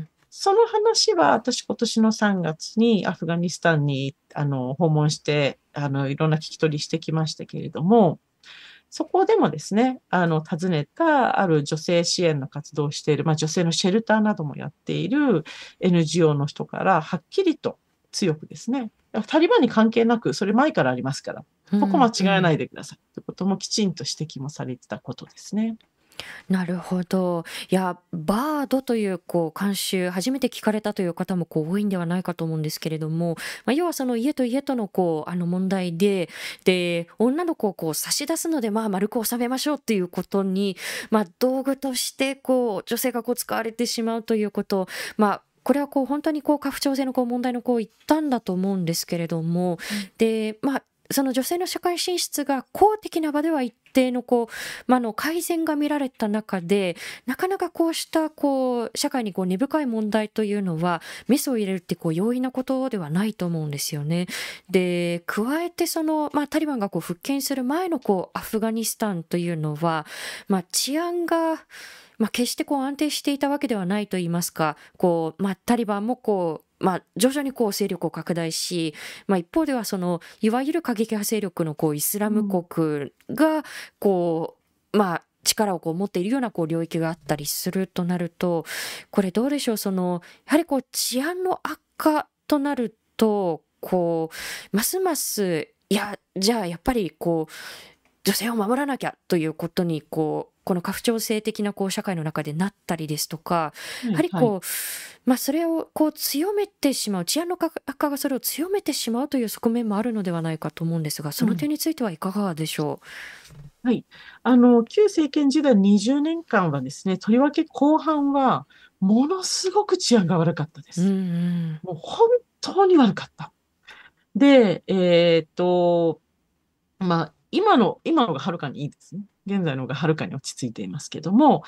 その話は私今年のさんがつにアフガニスタンにあの訪問して、あのいろんな聞き取りしてきましたけれども、そこでもですね、あの、訪ねたある女性支援の活動をしている、まあ女性のシェルターなどもやっている エヌジーオー の人からはっきりと強くですね、タリバンに関係なく、それ前からありますから、そこ間うん。う違えないん。 でください。ということもきちんと指摘もされてたことですね。 なるほど。いや、バードというこう慣習、初めて聞かれたという方もこう多いんではないかと思うんですけれども、まあ、要はその家と家とのこうあの問題で、で、女の子をこう差し出すので、まあ丸く収めましょうっていうことに、まあ、道具としてこう女性がこう使われてしまうということ、まあ、これはこう本当にこう家父長制のこう問題のこう一端だと思うんですけれども、で、まあ、その女性の社会進出が公的な場では一定のこう、まあ、の改善が見られた中で、なかなかこうしたこう社会にこう根深い問題というのはメスを入れるってこう容易なことではないと思うんですよね。で、加えてその、まあ、タリバンがこう復権する前のこうアフガニスタンというのは、まあ、治安がまあ、決してこう安定していたわけではないと言いますか、こう、まあ、タリバンもこう、まあ、徐々にこう勢力を拡大し、まあ、一方ではそのいわゆる過激派勢力のこうイスラム国がこう、まあ、力をこう持っているようなこう領域があったりするとなると、これどうでしょう、そのやはりこう治安の悪化となると、こうますますいやじゃあやっぱりこう女性を守らなきゃということにこうこの家父長制的なこう社会の中でなったりですとか、やははい、はい。 りこう、まあ、それをこう強めてしまう、治安の悪化がそれを強めてしまうという側面もあるのではないかと思うんですが、そのうん。 点についてはいかがでしょはい。あの、旧政権時代にじゅうねんかんはですね、とりわけ後半は、ものすごく治安が悪かったでう。うんうす。 ん。 もう本当に悪かった。で、えーっと、まあ、今の、今のがはるかにいいですね。現在の方がはるかに落ち着いていますけども、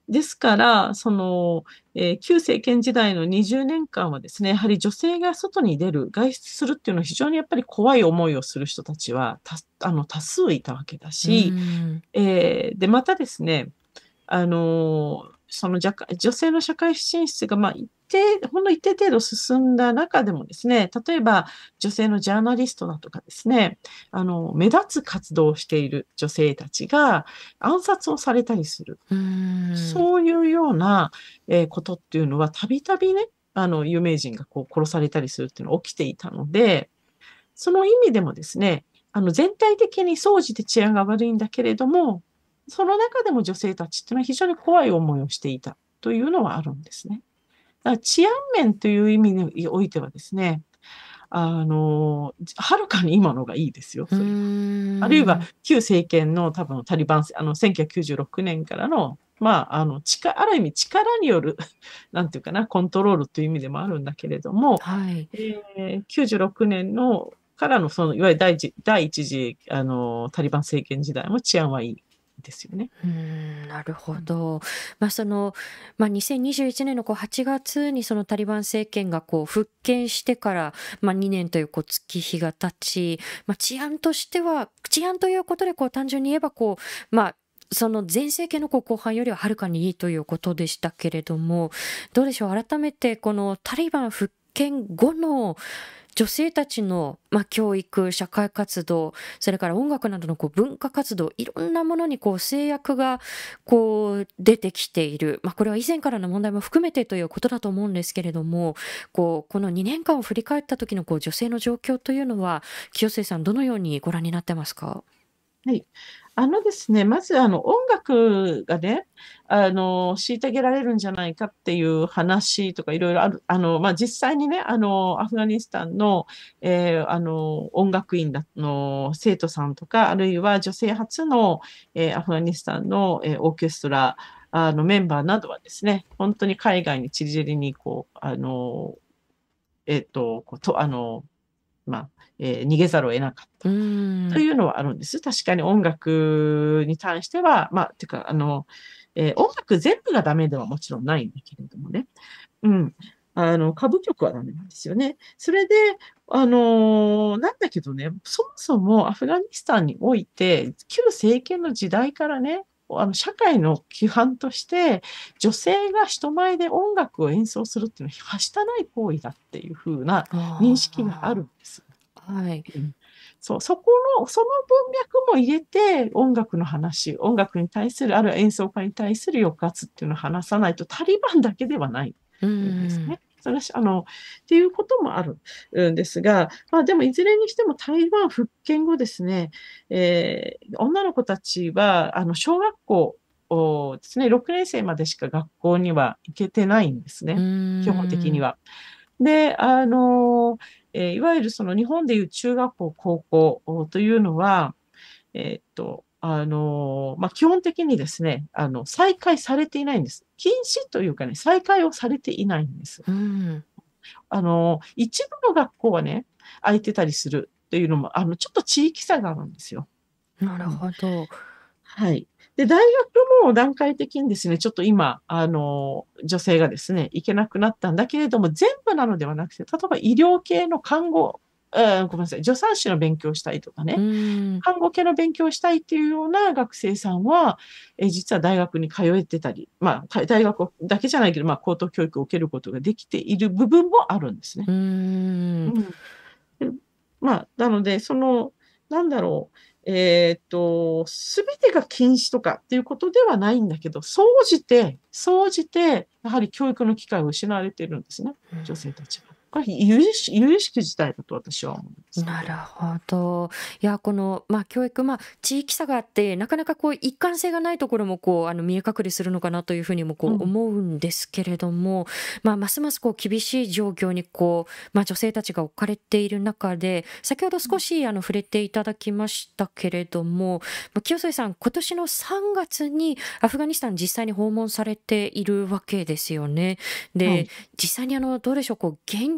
ですから、その、えー旧政権時代のにじゅうねんかんはですね、やはり女性が外に出る、外出するっていうのは非常にやっぱり怖い思いをする人たちはたあの多数いたわけだうし、 ん。 えーで、またですね、あの、その女女性の社会進出が、まあ、一定、ほんの一定程度進んだ中でもですね、例えば女性のジャーナリストだとかですね、あの、目立つ活動をしている女性たちが暗殺をされたりする。 うん。 そういうような、えーことっていうのは、たびたびね、あの、有名人がこう殺されたりするっていうのが起きていたので、その意味でもですね、あの、全体的に総じて治安が悪いんだけれども、その中でも女性たちっていうのは非常に怖い思いをしていたというのはあるんですね。だから治安面という意味においてはですね、あの、はるかに今のがいいですよ、 うそれは。あるいはん。 旧政権の多分タリバン、あの、せんきゅうひゃくきゅうじゅうろくねんからの、まあ、あの、力、ある意味力による、なんていうかな、コントロールという意味でもあるんだけれども、 はい。 えーきゅうじゅうろくねんのからの、その、いわゆる第一、第一次、あの、タリバン政権時代も治安はいいですよね。 うーん、なるほうんど。まあ、その、まあ、にせんにじゅういちねんのこうはちがつにそのタリバン政権がこう復権してから、まあ、にねんというこう月日が経ち、まあ、治安としては、治安ということでこう単純に言えばこう、まあ、その前政権のこう後半よりははるかにいいということでしたけれども、どうでしょう、改めてこのタリバン復権後の女性たちの、まあ、教育、社会活動、それから音楽などのこう文化活動、いろんなものにこう制約がこう出てきている、まあ、これは以前からの問題も含めてということだと思うんですけれども、こうこのにねんかんを振り返った時のこう女性の状況というのは、清末さん、どのようにご覧になってますか？ はい。あのですね、まずあの音楽がね、あの、虐げられるんじゃないかっていう話とかいろいろある、あの、まあ、実際にね、あの、アフガニスタンの、えーあの、音楽院だの生徒さんとか、あるいは女性初の、えーアフガニスタンの、えーオーケストラ、あの、メンバーなどはですね、本当に海外に散り散りに、こう、あの、えっと、こうと、あの、まあ、えー逃げざるを得なかっうた。 ーん。 というのはあるんです。確かに音楽に関しては、まあ、てか、あの、えー音楽全部がダメではもちろんないんだけれどもね。うん。あの、歌舞曲はダメなんですよね。それで、あのーなんだけどね、そもそもアフガニスタンにおいて、旧政権の時代からね、あの社会の規範として、女性が人前で音楽を演奏するっていうのは、はしたない行為だっていう風な認識があるんあです。 あ、はい。 うんそう、そこの、その文脈も入れて、音楽の話、音楽に対する、あるいは演奏家に対する抑圧っていうのを話さないと、タリバンだけではないうーんですん。 ね。それはし、あの、っていうこともあるんですが、まあでもいずれにしても台湾復権後ですね、えー女の子たちは、あの、小学校をですね、ろくねん生までしか学校には行けてないんですうね。基本的ーん。 には。で、あの、えーいわゆるその日本でいう中学校、高校というのは、えーっと、あの、まあ、基本的にですね、あの、再開されていないんです。禁止というかね、再開をされていないんです。 うーん。 あの、一部の学校はね、空いてたりするっていうのも、あの、ちょっと地域差があるんですよ。 なるうん。 ほど。 はい。で、大学も段階的にですね、ちょっと今、あの、女性がですね、行けなくなったんだけれども、全部なのではなくて、例えば医療系の看護、あーごめんなさい、助産師の勉強をしたいとかうね、 ーん。 看護系の勉強をしたいっていうような学生さんは、えー実は大学に通えてたり、まあ、大学だけじゃないけど、まあ、高等教育を受けることができている部分もあるんですね。 うーん。 うん。でまあ、なので、その、なんだろう、えーっと、すべてが禁止とかっていうことではないんだけど、総じて、総じて、やはり教育の機会を失われているんですね、女性たちは。これ、由々し由々しき事態だと私は思うんですけなるど。 ほど。いや、この、まあ、教育、まあ、地域差があって、なかなかこう一貫性がないところもこうあの見え隠れするのかなというふうにもこううん。 思うんですけれども、まあ、ますますこう厳しい状況にこう、まあ、女性たちが置かれている中で、先ほど少しあの触れていただきましたけれども、まあ清添さん、今年のさんがつにアフガニスタン実際に訪問されているわけですよね。で、 はい。 実際にあのどうでしょう、こう現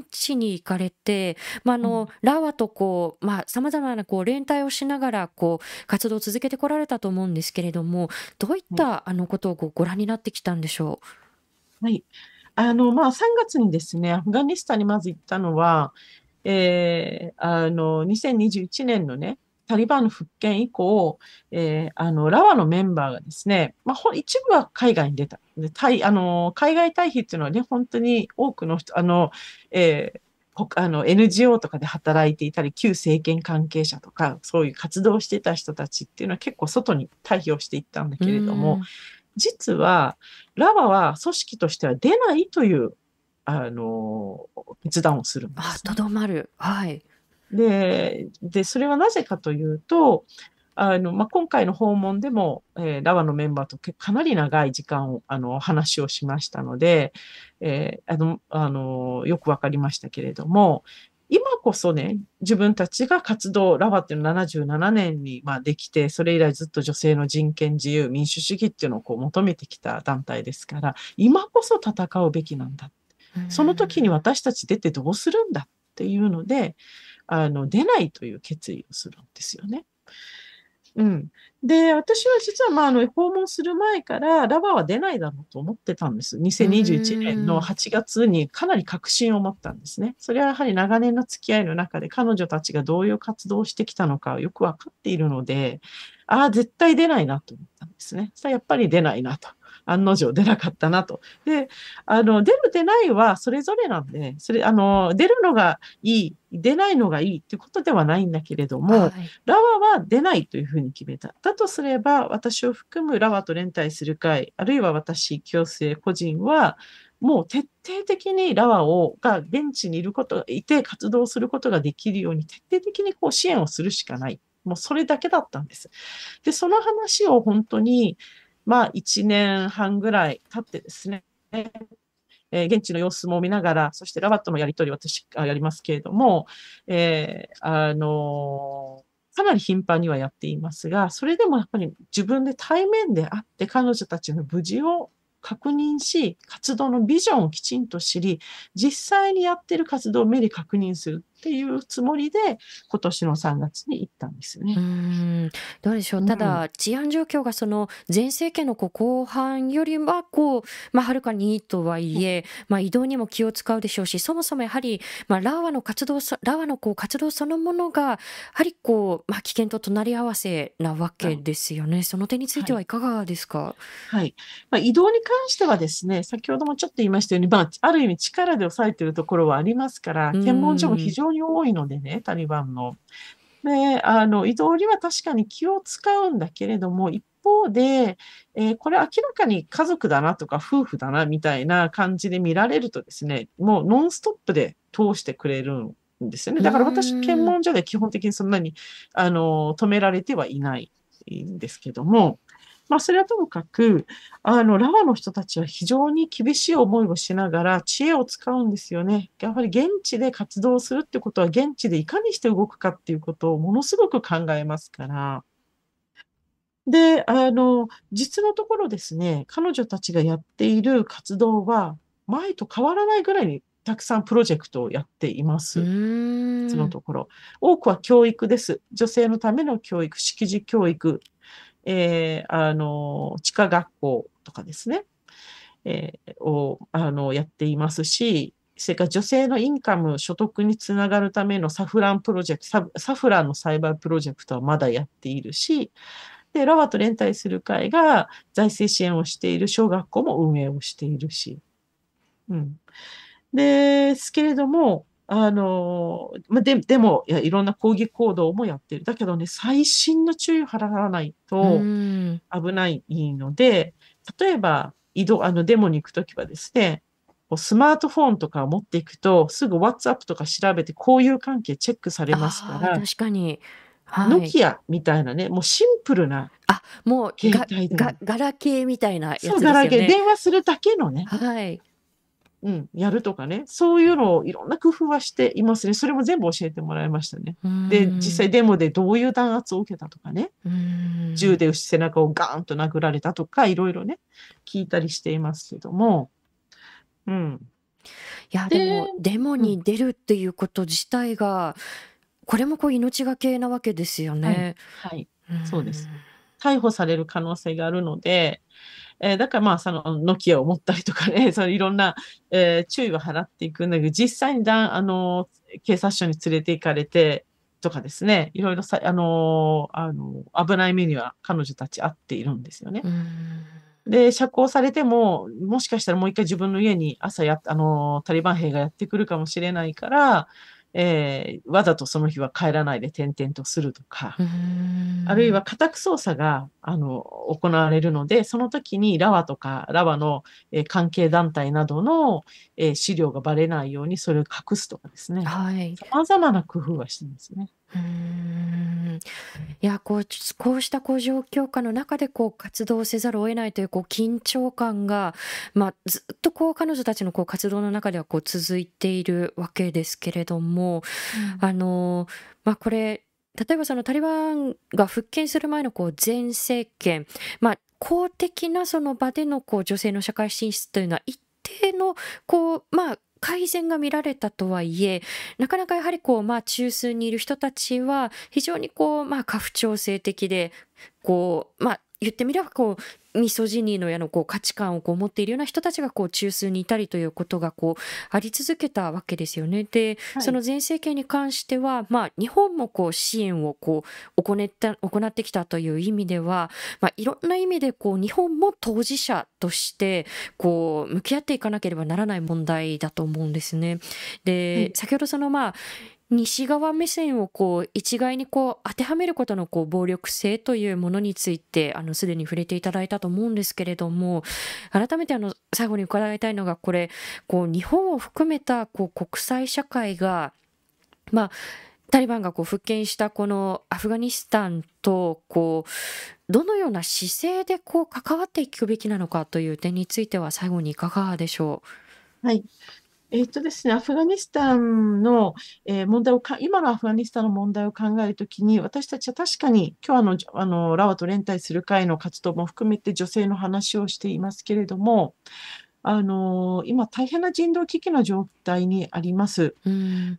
地に行かれて、まあ、あうん。 のラワとこう、まあ、さまざまなこう連帯をしながらこう活動を続けてこられたと思うんですけれども、どういっはい。 たあのことをこうご覧になってきたんでしょはい。あの、まあ、さんがつにですね、アフガニスタンにまず行ったのは、えーあの、にせんにじゅういちねんのね、タリバンの復権以降、えーあの、ラワのメンバーがですね、まあ、ほ一部は海外に出た。で、タイ、あの、海外退避っていうのはね、本当に多くの人、あの、えーほあの、エヌジーオー とかで働いていたり、旧政権関係者とか、そういう活動をしていた人たちっていうのは結構外に退避をしていったんだう。うけれども、 ーん。 実は、ラワは組織としては出ないという、あの、決断をするんであ、とすね。 どまる。はい。 で、で、それはなぜかというと、あの、まあ、今回の訪問でも、えーラワのメンバーとけかなり長い時間を、あの、話をしましたので、えーあの、あの、よくわかりましたけれども、今こそね、自分たちが活動、ラワっていうのはななじゅうななねんに、まあ、できて、それ以来ずっと女性の人権、自由、民主主義っていうのをこう求めてきた団体ですから、今こそ戦うべきなんだ。 うその時にん。 私たち出てどうするんだっていうので、あの、出ないという決意をするんですよね。うん。で、私は実は、まあ、あの、訪問する前から、ラバーは出ないだろうと思ってたんです。 うにせんにじゅういちねんのーん。 はちがつにかなり確信を持ったんですね。それはやはり長年の付き合いの中で彼女たちがどういう活動をしてきたのかよくわかっているので、ああ、絶対出ないなと思ったんですね。そしたらやっぱり出ないなと。案の定出なかったなと。で、あの、出る出ないはそれぞれなんで、それ、あの、出るのがいい、出ないのがいいっていうことではないんだけれども、 はい。 ラワは出ないというふうに決めた。だとすれば、私を含むラワと連帯する会、あるいは私、共生個人は、もう徹底的にラワを、が現地にいることがいて活動することができるように徹底的にこう支援をするしかない。もうそれだけだったんです。で、その話を本当に、まあ、いちねんはんぐらい経ってですね、えー現地の様子も見ながら、そしてラバットのやり取り私あやりますけれども、えーあのーかなり頻繁にはやっていますが、それでもやっぱり自分で対面で会って彼女たちの無事を確認し、活動のビジョンをきちんと知り、実際にやっている活動を目で確認するっていうつもりで、今年のさんがつに行ったんですうね。 ーん。どうでしょう。 うん。 ただ、治安状況がその前政権のこう後半よりはこう、まあ、はるかにいいとはいえ、まあ、移動にも気を使うでしょうし、そもそもやはり、まあ、ラワの活動そ、ラワのこう活動そのものが、やはりこう、まあ、危険と隣り合わせなわけですよね。その点についてははい。 いかがですか？ はい。まあ、移動に関してはですね、先ほどもちょっと言いましたように、まあ、ある意味力で抑えているところはありますから、 う検問所も非ーん。 常に多いのでね、タリバンの。で、あの、移動には確かに気を使うんだけれども、一方で、えーこれ明らかに家族だなとか夫婦だなみたいな感じで見られるとですね、もうノンストップで通してくれるんですよね。 うだから私、検ーん。 問所で基本的にそんなに、あの、止められてはいないんですけども、まあ、それはともかく、あの、ラワの人たちは非常に厳しい思いをしながら知恵を使うんですよね。やはり現地で活動するってことは現地でいかにして動くかっていうことをものすごく考えますから。で、あの、実のところですね、彼女たちがやっている活動は前と変わらないぐらいにたくさんプロジェクトをやっていまうす。実ーん。 のところ。多くは教育です。女性のための教育、識字教育、えーあの、地下学校とかですね。えーをあのやっていますし、それから女性のインカム、所得につながるためのサフランプロジェクト、ササフランの栽培プロジェクトはまだやっているし、で、ラワと連帯する会が財政支援をしている小学校も運営をしているし。うん。ですけれども、あの、ま、で、でも、いや、いろんな抗議行動もやってる。だけどね、細心の注意を払わないうとーん。 危ないので、例えば、移動、あの、デモに行くときはですね、こうスマートフォンとかを持っていくと、すぐ WhatsApp とか調べて交友関係チェックされますかああ、 ら、 確かに。はい。 ノキアみたいなね、もうシンプルなあ、もう、 携がが帯電話。 ガラケーみたいなやそう、 つガラケー、 ですよね。 電話するだけのね、 はい。 うん、やるとかね、そういうのをいろんな工夫はしていますね。それも全部教えてもらいましたね。 うーで、実ん。 際デモでどういう弾圧を受けたとかね、 うーん。 銃で背中をガーンと殴られたとか、いろいろね、聞いたりしていますけども、うん。 や、ででも、デモうん。 に出るっていうこと自体が、これもこう命がけなわけですよはい。 ね。 はい。 うーそうです。 ん。 逮捕される可能性があるので、えーだからまあ、その、ノキアを持ったりとかね、そういろんな、えー注意は払っていくんだけど、実際にだ、あの、警察署に連れて行かれて、とかですね、いろいろさ、あの、あの、危ない目には彼女たち遭っているんですよね。 うーん。 で、釈放されても、もしかしたらもう一回自分の家に朝や、あの、タリバン兵がやってくるかもしれないから、えーわざとその日は帰らないで転々とするとか、 うーあるいはん。 家宅捜査が、あの、行われるので、その時にラワとか、ラワの、えー関係団体などの、えー資料がバレないようにそれを隠すとかですね。 はい。 様々な工夫はしてるんですね。 うーん。いや、こう、ちこうしたこう状況下の中でこう活動せざるを得ないというこう緊張感が、まあ、ずっとこう彼女たちのこう活動の中ではこう続いているわけですけれども、 うんあの、まあ、これ、例えばそのタリバンが復権する前のこう前政権、まあ、公的なその場でのこう女性の社会進出というのは一定のこう、まあ、改善が見られたとはいえ、なかなかやはりこう、まあ、中枢にいる人たちは非常にこう、まあ、家父長制的で、こう、まあ、言ってみればこうミソジニーのようなこう価値観をこう持っているような人たちがこう中枢にいたりということがこうあり続けたわけですよね。で、 はい。 その前政権に関しては、まあ、日本もこう支援をこう行った行ってきたという意味では、まあ、いろんな意味でこう日本も当事者としてこう向き合っていかなければならない問題だと思うんですね。で、 はい。 先ほどそのまあ西側目線をこう一概にこう当てはめることのこう暴力性というものについてあのすでに触れていただいたと思うんですけれども、改めてあの最後に伺いたいのがこれこう日本を含めたこう国際社会がまあタリバンがこう復権したこのアフガニスタンとこうどのような姿勢でこう関わっていくべきなのかという点については最後にいかがでしょはい。えっとですね、アフガニスタンの、えー問題をか、今のアフガニスタンの問題を考えるときに、私たちは確かに、今日あの、じあの、ラワと連帯する会の活動も含めて女性の話をしていますけれども、あの、今大変な人道危機の状態にあります。 う。うん。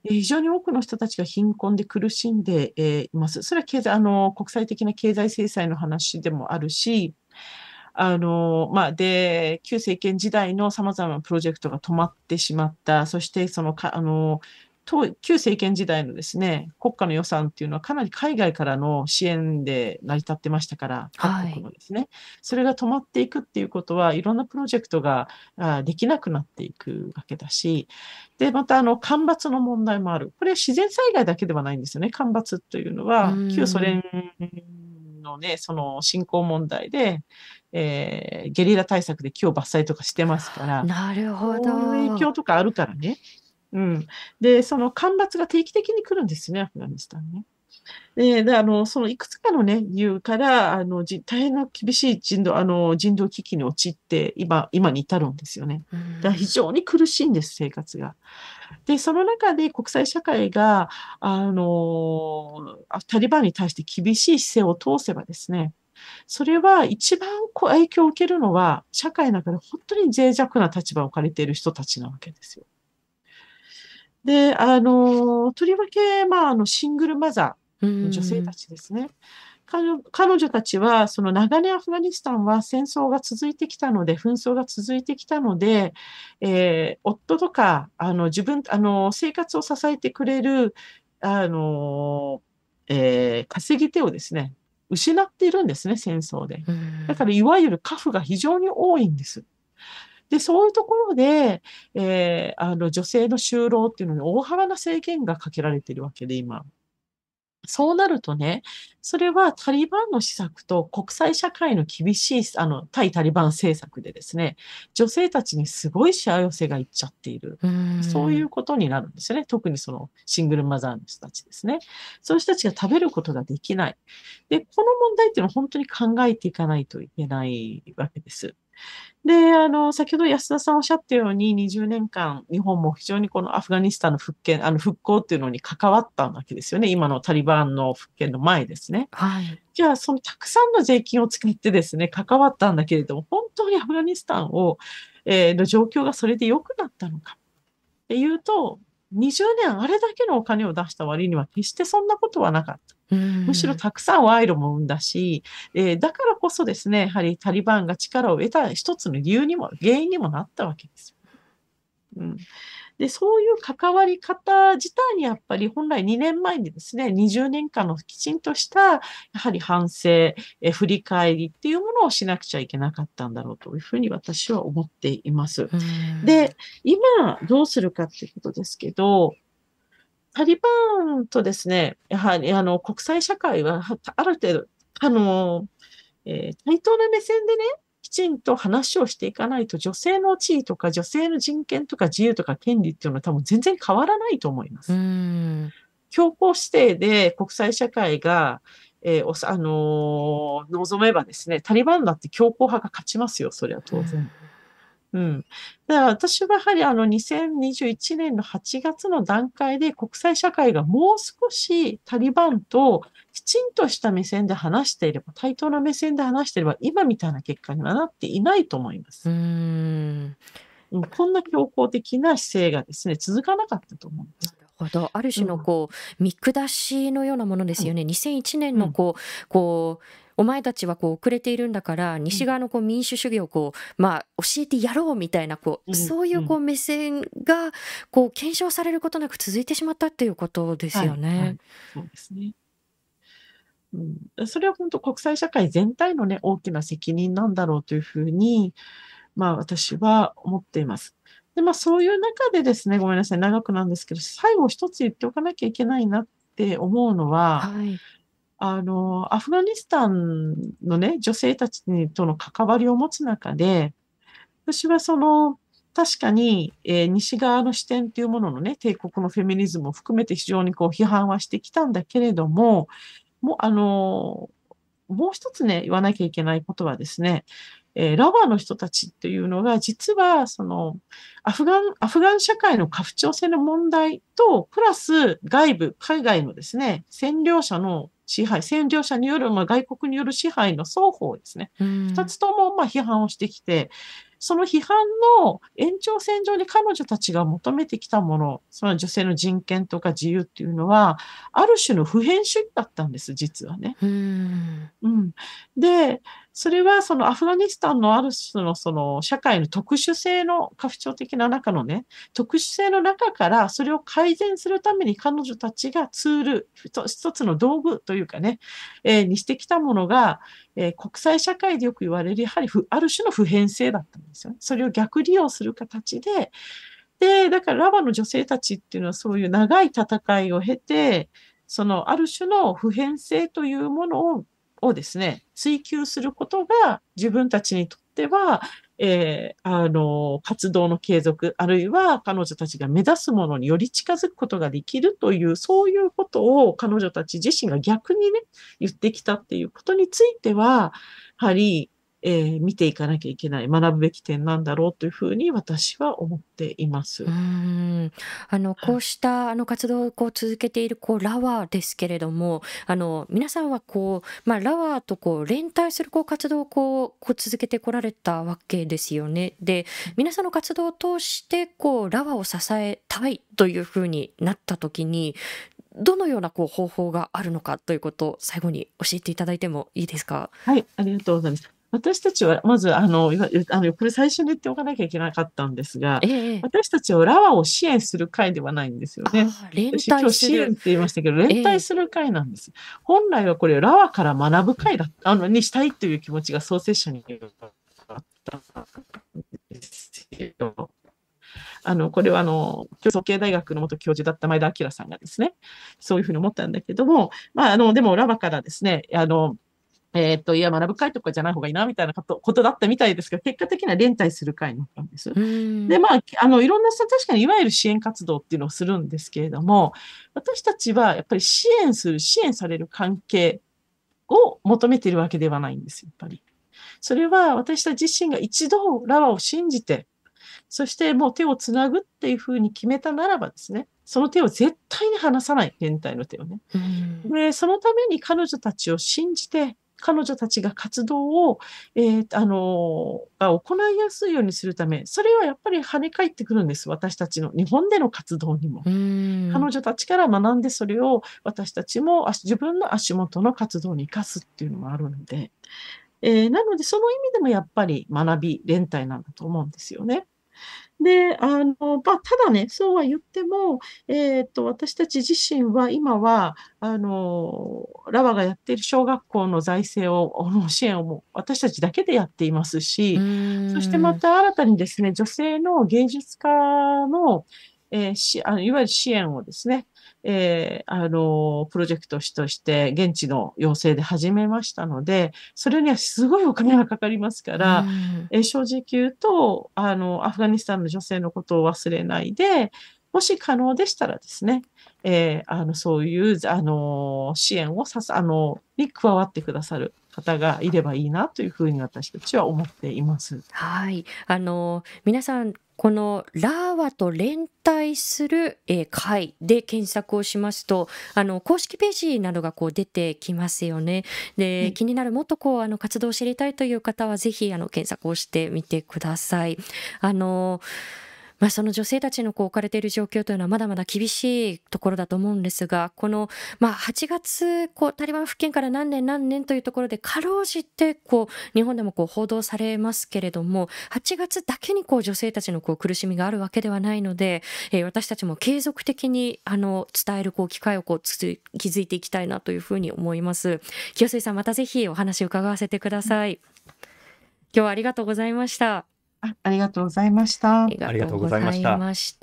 えー非常に多くの人たちが貧困で苦しんで、えーいます。それは経済、あの、国際的な経済制裁の話でもあるし、あの、まあ、で、旧政権時代の様々なプロジェクトが止まってしまった。そして、そのか、あの、当旧政権時代のですね、国家の予算っていうのはかなり海外からの支援で成り立ってましたから、各はい。 国のですね。それが止まっていくっていうことは、いろんなプロジェクトがあできなくなっていくわけだし、で、また、あの、干ばつの問題もある。これは自然災害だけではないんですよね。干ばつというのうは、旧ソん。 連のね、その侵攻問題で、えーゲリラ対策で木を伐採とかしてますから、 なるほそういう影ど。 響とかあるからね。うん。で、その干ばつが定期的に来るんですよね、アフガニスタンね。で、で、あの、そのいくつかのね、理由から、あの、じ、大変な厳しい人道、あの、人道危機に陥って、今、今に至るんですよね。 うだから非ん。 常に苦しいんです、生活が。で、その中で国際社会が、あの、あタリバンに対して厳しい姿勢を通せばですね、それは一番こう影響を受けるのは、社会の中で本当に脆弱な立場を置かれている人たちなわけですよ。で、あの、とりわけ、まあ、あの、シングルマザうーの女性たん。 ちですね。彼女彼女たちは、その長年アフガニスタンは戦争が続いてきたので、紛争が続いてきたので、えー夫とか、あの、自分、あの、生活を支えてくれる、あの、えー稼ぎ手をですね、失っているんですね、戦争で。 うだかん。 ら、いわゆる家父が非常に多いんです。で、そういうところで、えーあの、女性の就労っていうのに大幅な制限がかけられているわけで、今。そうなるとね、それはタリバンの施策と国際社会の厳しい、あの、対タリバン政策でですね、女性たちにすごいしわ寄せがいっちゃっている。 うそういうん。 ことになるんですよね。特にそのシングルマザーの人たちですね。そういう人たちが食べることができない。で、この問題っていうのは本当に考えていかないといけないわけです。で、あの、先ほど安田さんおっしゃったように、にじゅうねんかん、日本も非常にこのアフガニスタンの復権、あの、復興っていうのに関わったわけですよね。今のタリバンの復権の前ですね。 はい。 じゃあ、そのたくさんの税金を使ってですね、関わったんだけれども、本当にアフガニスタンを、えーの状況がそれで良くなったのか。 っていうと、にじゅうねんあれだけのお金を出した割には決してそんなことはなかった。 うむしろん。 たくさん賄賂も生んだし、えーだからこそですね、やはりタリバンが力を得た一つの理由にも、原因にもなったわけですよ。うん、で、そういう関わり方自体にやっぱり本来にねんまえにですね、にじゅうねんかんのきちんとした、やはり反省、え振り返りっていうものをしなくちゃいけなかったんだろうというふうに私は思っています。 うん。 で、今どうするかっていうことですけど、タリバンとですね、やはりあの国際社会ははある程度、あの、えー対等な目線でね、きちんと話をしていかないと、女性の地位とか女性の人権とか自由とか権利っていうのは多分全然変わらないと思いまうす。 ん。 強硬姿勢で国際社会が、えーおさあのー望めばですね、タリバンだって強硬派が勝ちますよ、それは当然。うん。だから私はやはりあのにせんにじゅういちねんのはちがつの段階で国際社会がもう少しタリバンときちんとした目線で話していれば、対等な目線で話していれば、今みたいな結果にはなっていないと思いまうす。 ん。 うん、こんな強硬的な姿勢がですね、続かなかったと思いまなす。 るほど。ある種のうん、 こう見下しのようなものですうん、 よね。にせんいちねんうん、 のこうこうお前たちはこう遅れているんだからうん、 西側のこう民主主義をこうまあ教えてやろうみたいなこううん、 そういううん。 こう目線がこう検証されることなく続いてしまったっていうことですはい、はよね。 い。そうですね。うん、それは本当国際社会全体のね、大きな責任なんだろうというふうに、まあ私は思っています。で、まあそういう中でですね、ごめんなさい、長くなんですけど、最後一つ言っておかなきゃいけないなって思うのは、 はい。 あの、アフガニスタンのね、女性たちとの関わりを持つ中で、私はその、確かに、えー西側の視点っていうもののね、帝国のフェミニズムを含めて非常にこう批判はしてきたんだけれども、もう、あの、もう一つね、言わなきゃいけないことはですね、えーラワーの人たちっていうのが、実は、その、アフガン、アフガン社会の家父長制の問題と、プラス外部、海外のですね、占領者の支配、占領者による、まあ、外国による支配の双方ですね、 う二ん。 つとも、まあ、批判をしてきて、その批判の延長線上に彼女たちが求めてきたもの、その女性の人権とか自由っていうのは、ある種の普遍主義だったんです、実はね。 うん。 うん。で、それはそのアフガニスタンのある種のその社会の特殊性の家父長的な中のね、特殊性の中からそれを改善するために彼女たちがツール、一一つの道具というかね、えーにしてきたものが、えー国際社会でよく言われる、やはりふある種の普遍性だったんですよね。それを逆利用する形で、で、だからラバの女性たちっていうのはそういう長い戦いを経て、そのある種の普遍性というものををですね、追求することが自分たちにとっては、えーあの、活動の継続、あるいは彼女たちが目指すものにより近づくことができるという、そういうことを彼女たち自身が逆にね、言ってきたっていうことについては、やはり、えー見ていかなきゃいけない、学ぶべき点なんだろうというふうに私は思っていまうす。 ん。あの、こうしたあの活動をこう続けているこうラワーですけれども、あの皆さんはこう、まあ、ラワーとこう連帯するこう活動をこうこう続けてこられたわけですよね。で、皆さんの活動を通してこうラワーを支えたいというふうになった時に、どのようなこう方法があるのかということを最後に教えていただいてもいいですか？ はい、ありがとうございます。私たちは、まず、あの、いわあの、これ最初に言っておかなきゃいけなかったんですが、 ええ、ええ。 私たちはラワを支援する会ではないんですよね。 ああ、連私、今日帯する。 支援って言いましたけど、連ええ、 帯する会なんです。本来はこれ、ラワから学ぶ会だ、あの、にしたいという気持ちが創設者にあったんですよ。あの、これはあの、競争系大学の元教授だった前田明さんがですね、そういうふうに思ったんだけども、まあ、あの、でもラバからですね、あの、えっと、いや、学ぶ会とかじゃない方がいいな、みたいなことことだったみたいですが、結果的には連帯する会になったんです。 うん。 で、まあ、あの、いろんな人、確かにいわゆる支援活動っていうのをするんですけれども、私たちはやっぱり支援する、支援される関係を求めているわけではないんです、やっぱり。それは私たち自身が一度ラワを信じて、そしてもう手をつなぐっていうふうに決めたならばですね、その手を絶対に離さない、連帯の手をね。 うん。 で、そのために彼女たちを信じて、 彼女たちが活動を、えーあのが行いやすいようにするため、それはやっぱり跳ね返ってくるんです。私たちの日本での活動にも。 うーん。 彼女たちから学んで、それを私たちも足自分の足元の活動に生かすっていうのもあるので、えーなので、その意味でもやっぱり学び、連帯なんだと思うんですよね。で、あの、まあ、ただね、そうは言っても、えっと、私たち自身は今は、あの、ラワがやっている小学校の財政を、あの、支援をもう私たちだけでやっていますうし、そしてまーん。 た新たにですね、女性の芸術家の、えーしあのいわゆる支援をですね、えーあの、プロジェクトとして現地の要請で始めましたので、それにはすごいお金がかかりますかうら、 ーん。 えー正直言うと、あの、アフガニスタンの女性のことを忘れないで、もし可能でしたらですね、えーあの、そういう、あの、支援をさす、あの、に加わってくださる方がいればいいなというふうに私たちは思っています。 はい。あの、皆さん、このラーワと連帯する、えー会で検索をしますと、あの、公式ページなどがこう出てきますよね。 はで、 い。 気になるもっとこう、あの、活動を知りたいという方は、ぜひ、あの、検索をしてみてください。あの、まあ、その女性たちのこう置かれている状況というのはまだまだ厳しいところだと思うんですが、この、まあ、はちがつこうタリバン復権から何年何年というところでかろうじてこう日本でもこう報道されますけれども、はちがつだけにこう女性たちのこう苦しみがあるわけではないので、えー私たちも継続的にあの伝えるこう機会をこうつ築いていきたいなというふうに思います。清水さん、またぜひお話を伺わせてください。今日はありがとうございました。 あ、ありがとうございました。 ありがありがとうごとうござざいました。 いました。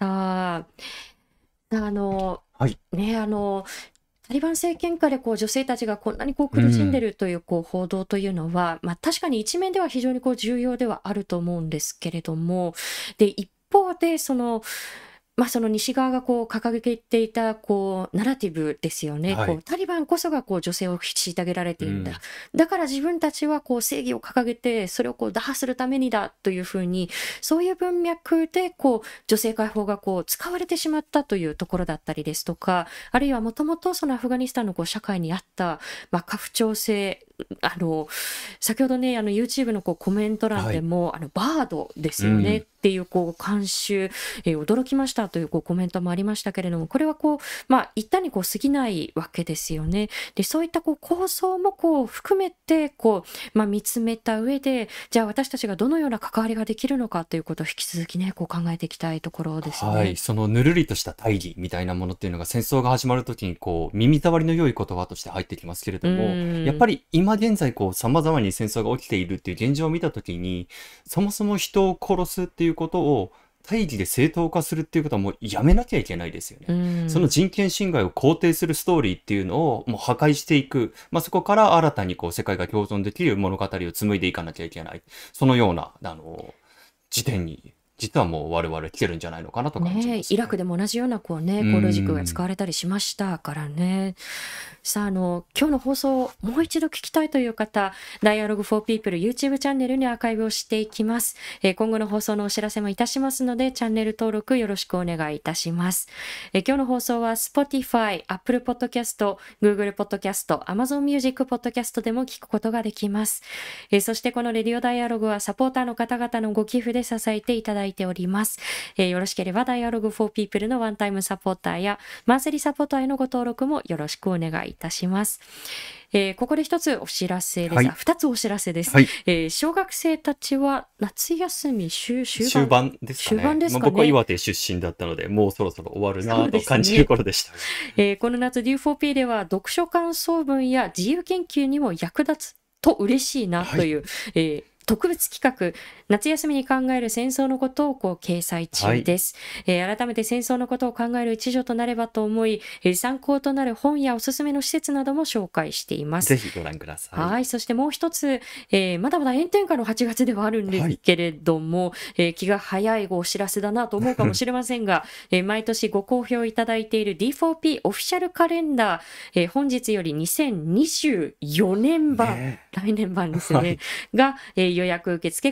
あの、 はい。 ね、あの、タリバン政権下でこう女性たちがこんなにこうう苦しんでん。 るというこう報道というのは、まあ、確かに一面では非常にこう重要ではあると思うんですけれども、で、一方でその、まあ、その西側がこう掲げていたこうナラティブですよね。 はい。 こうタリバンこそがこう女性を虐げられてういるんだ。 ん。 だから自分たちはこう正義を掲げてそれをこう打破するためにだというふうに、そういう文脈でこう女性解放がこう使われてしまったというところだったりですとか、あるいはもともとそのアフガニスタンのこう社会にあった、まあ、家父長制、あの先ほどね、あの YouTube のこうコメント欄はい。 でも、あのバードでうすよねっん。 ていうこう監修、えー驚きましたというこうコメントもありましたけれども、これはこう、まあ、一旦にこう過ぎないわけですよね。で、そういったこう構想もこう含めてこう、まあ、見つめた上で、じゃあ私たちがどのような関わりができるのかということを引き続きね、こう考えていきたいところですはい。 ね。 そのぬるりとした大義みたいなものっていうのが戦争が始まるときにこう耳障りの良い言葉として入ってきますけれうども、やっーん。 ぱり今現在こう様々に戦争が起きているっていう現状を見たときに、そもそも人を殺すっていうことを大義で正当化するっていうことはもうやめなきゃいけないですようね。そのーん。 人権侵害を肯定するストーリーっていうのをもう破壊していく。まあ、そこから新たにこう世界が共存できる物語を紡いでいかなきゃいけない。そのような、あの、時点に、実はもう我々来てるんじゃないのかなと感じねえ、 ますね。 イラクでも同じようなこううね、こうロジックが使ーん。 われたりしましたからね。さあ、あの、今日の放送をもう一度聞きたいという方、Dialogue for People YouTube チャンネルにアーカイブをしていきます。えー今後の放送のお知らせもいたしますので、チャンネル登録よろしくお願いいたします。えー今日の放送は Spotify、Apple Podcast、Google Podcast、Amazon Music Podcast でも聞くことができます。えーそしてこのレディオダイアログはサポーターの方々のご寄付で支えていただいております。えーよろしければ Dialogue for People のワンタイムサポーターやマンスリーサポーターへのご登録もよろしくお願いいたします。えーここで一つお知らせです。あ、 はい。 二つお知らせです。 はい。 えー小学生たちは夏休み終終終盤盤ですか終盤ね。まあ、 ですかね。 僕は岩手出身だったので、もうそろそろ終わるそうですなぁと感じるね。 頃でしたが。 えーこの夏 デューフォーピー では読書感想文や自由研究にも役立つと嬉しいなはい。 という、えー特別企画、夏休みに考える戦争のことをこう掲載は中い。 です。えー改めて戦争のことを考える一助となればと思い、えー参考となる本やおすすめの施設なども紹介しています。 ぜひご覧ください。 はい。そしてもう一つ、えーまだまだ炎天下のはちがつではあるんではい。 すけれども、えー気が早いお知らせだなと思うかもしれませんが、えー毎年ご好評いただいている ディーフォーピー オフィシャルカレンダー、えー本日よりにせんにじゅうよねん版、 ね来年版でえ。 すね、 はい。 が、えー予約受付開始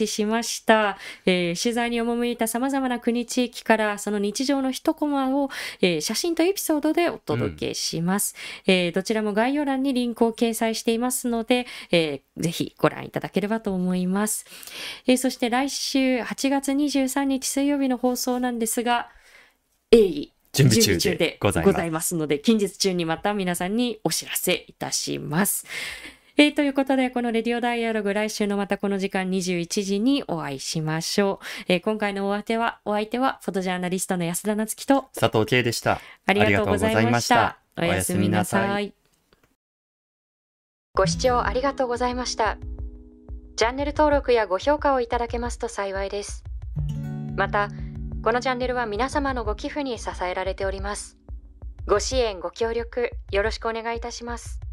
しました。えー取材に赴いた様々な国地域からその日常の一コマを、えー写真とエピソードでお届けします。えーどちらも概要欄にリンクを掲載していますので、えーぜひご覧いただければと思います。えーそして来週はちがつにじゅうさんにち水曜日の放送なんですが、鋭意準備中でございます。 ございますので、近日中にまた皆さんにお知らせいたします。えーということで、このレディオダイアログ、来週のまたこの時間にじゅういちじにお会いしましょう。えー今回のお相手は、お相手はフォトジャーナリストの安田なつきと佐藤圭でした。 ありがとうございました。おおやすみやすみななさい。 さい。ご視聴ありがとうございました。チャンネル登録やご評価をいただけますと幸いです。また、このチャンネルは皆様のご寄付に支えられております。ご支援、ご協力、よろしくお願いいたします。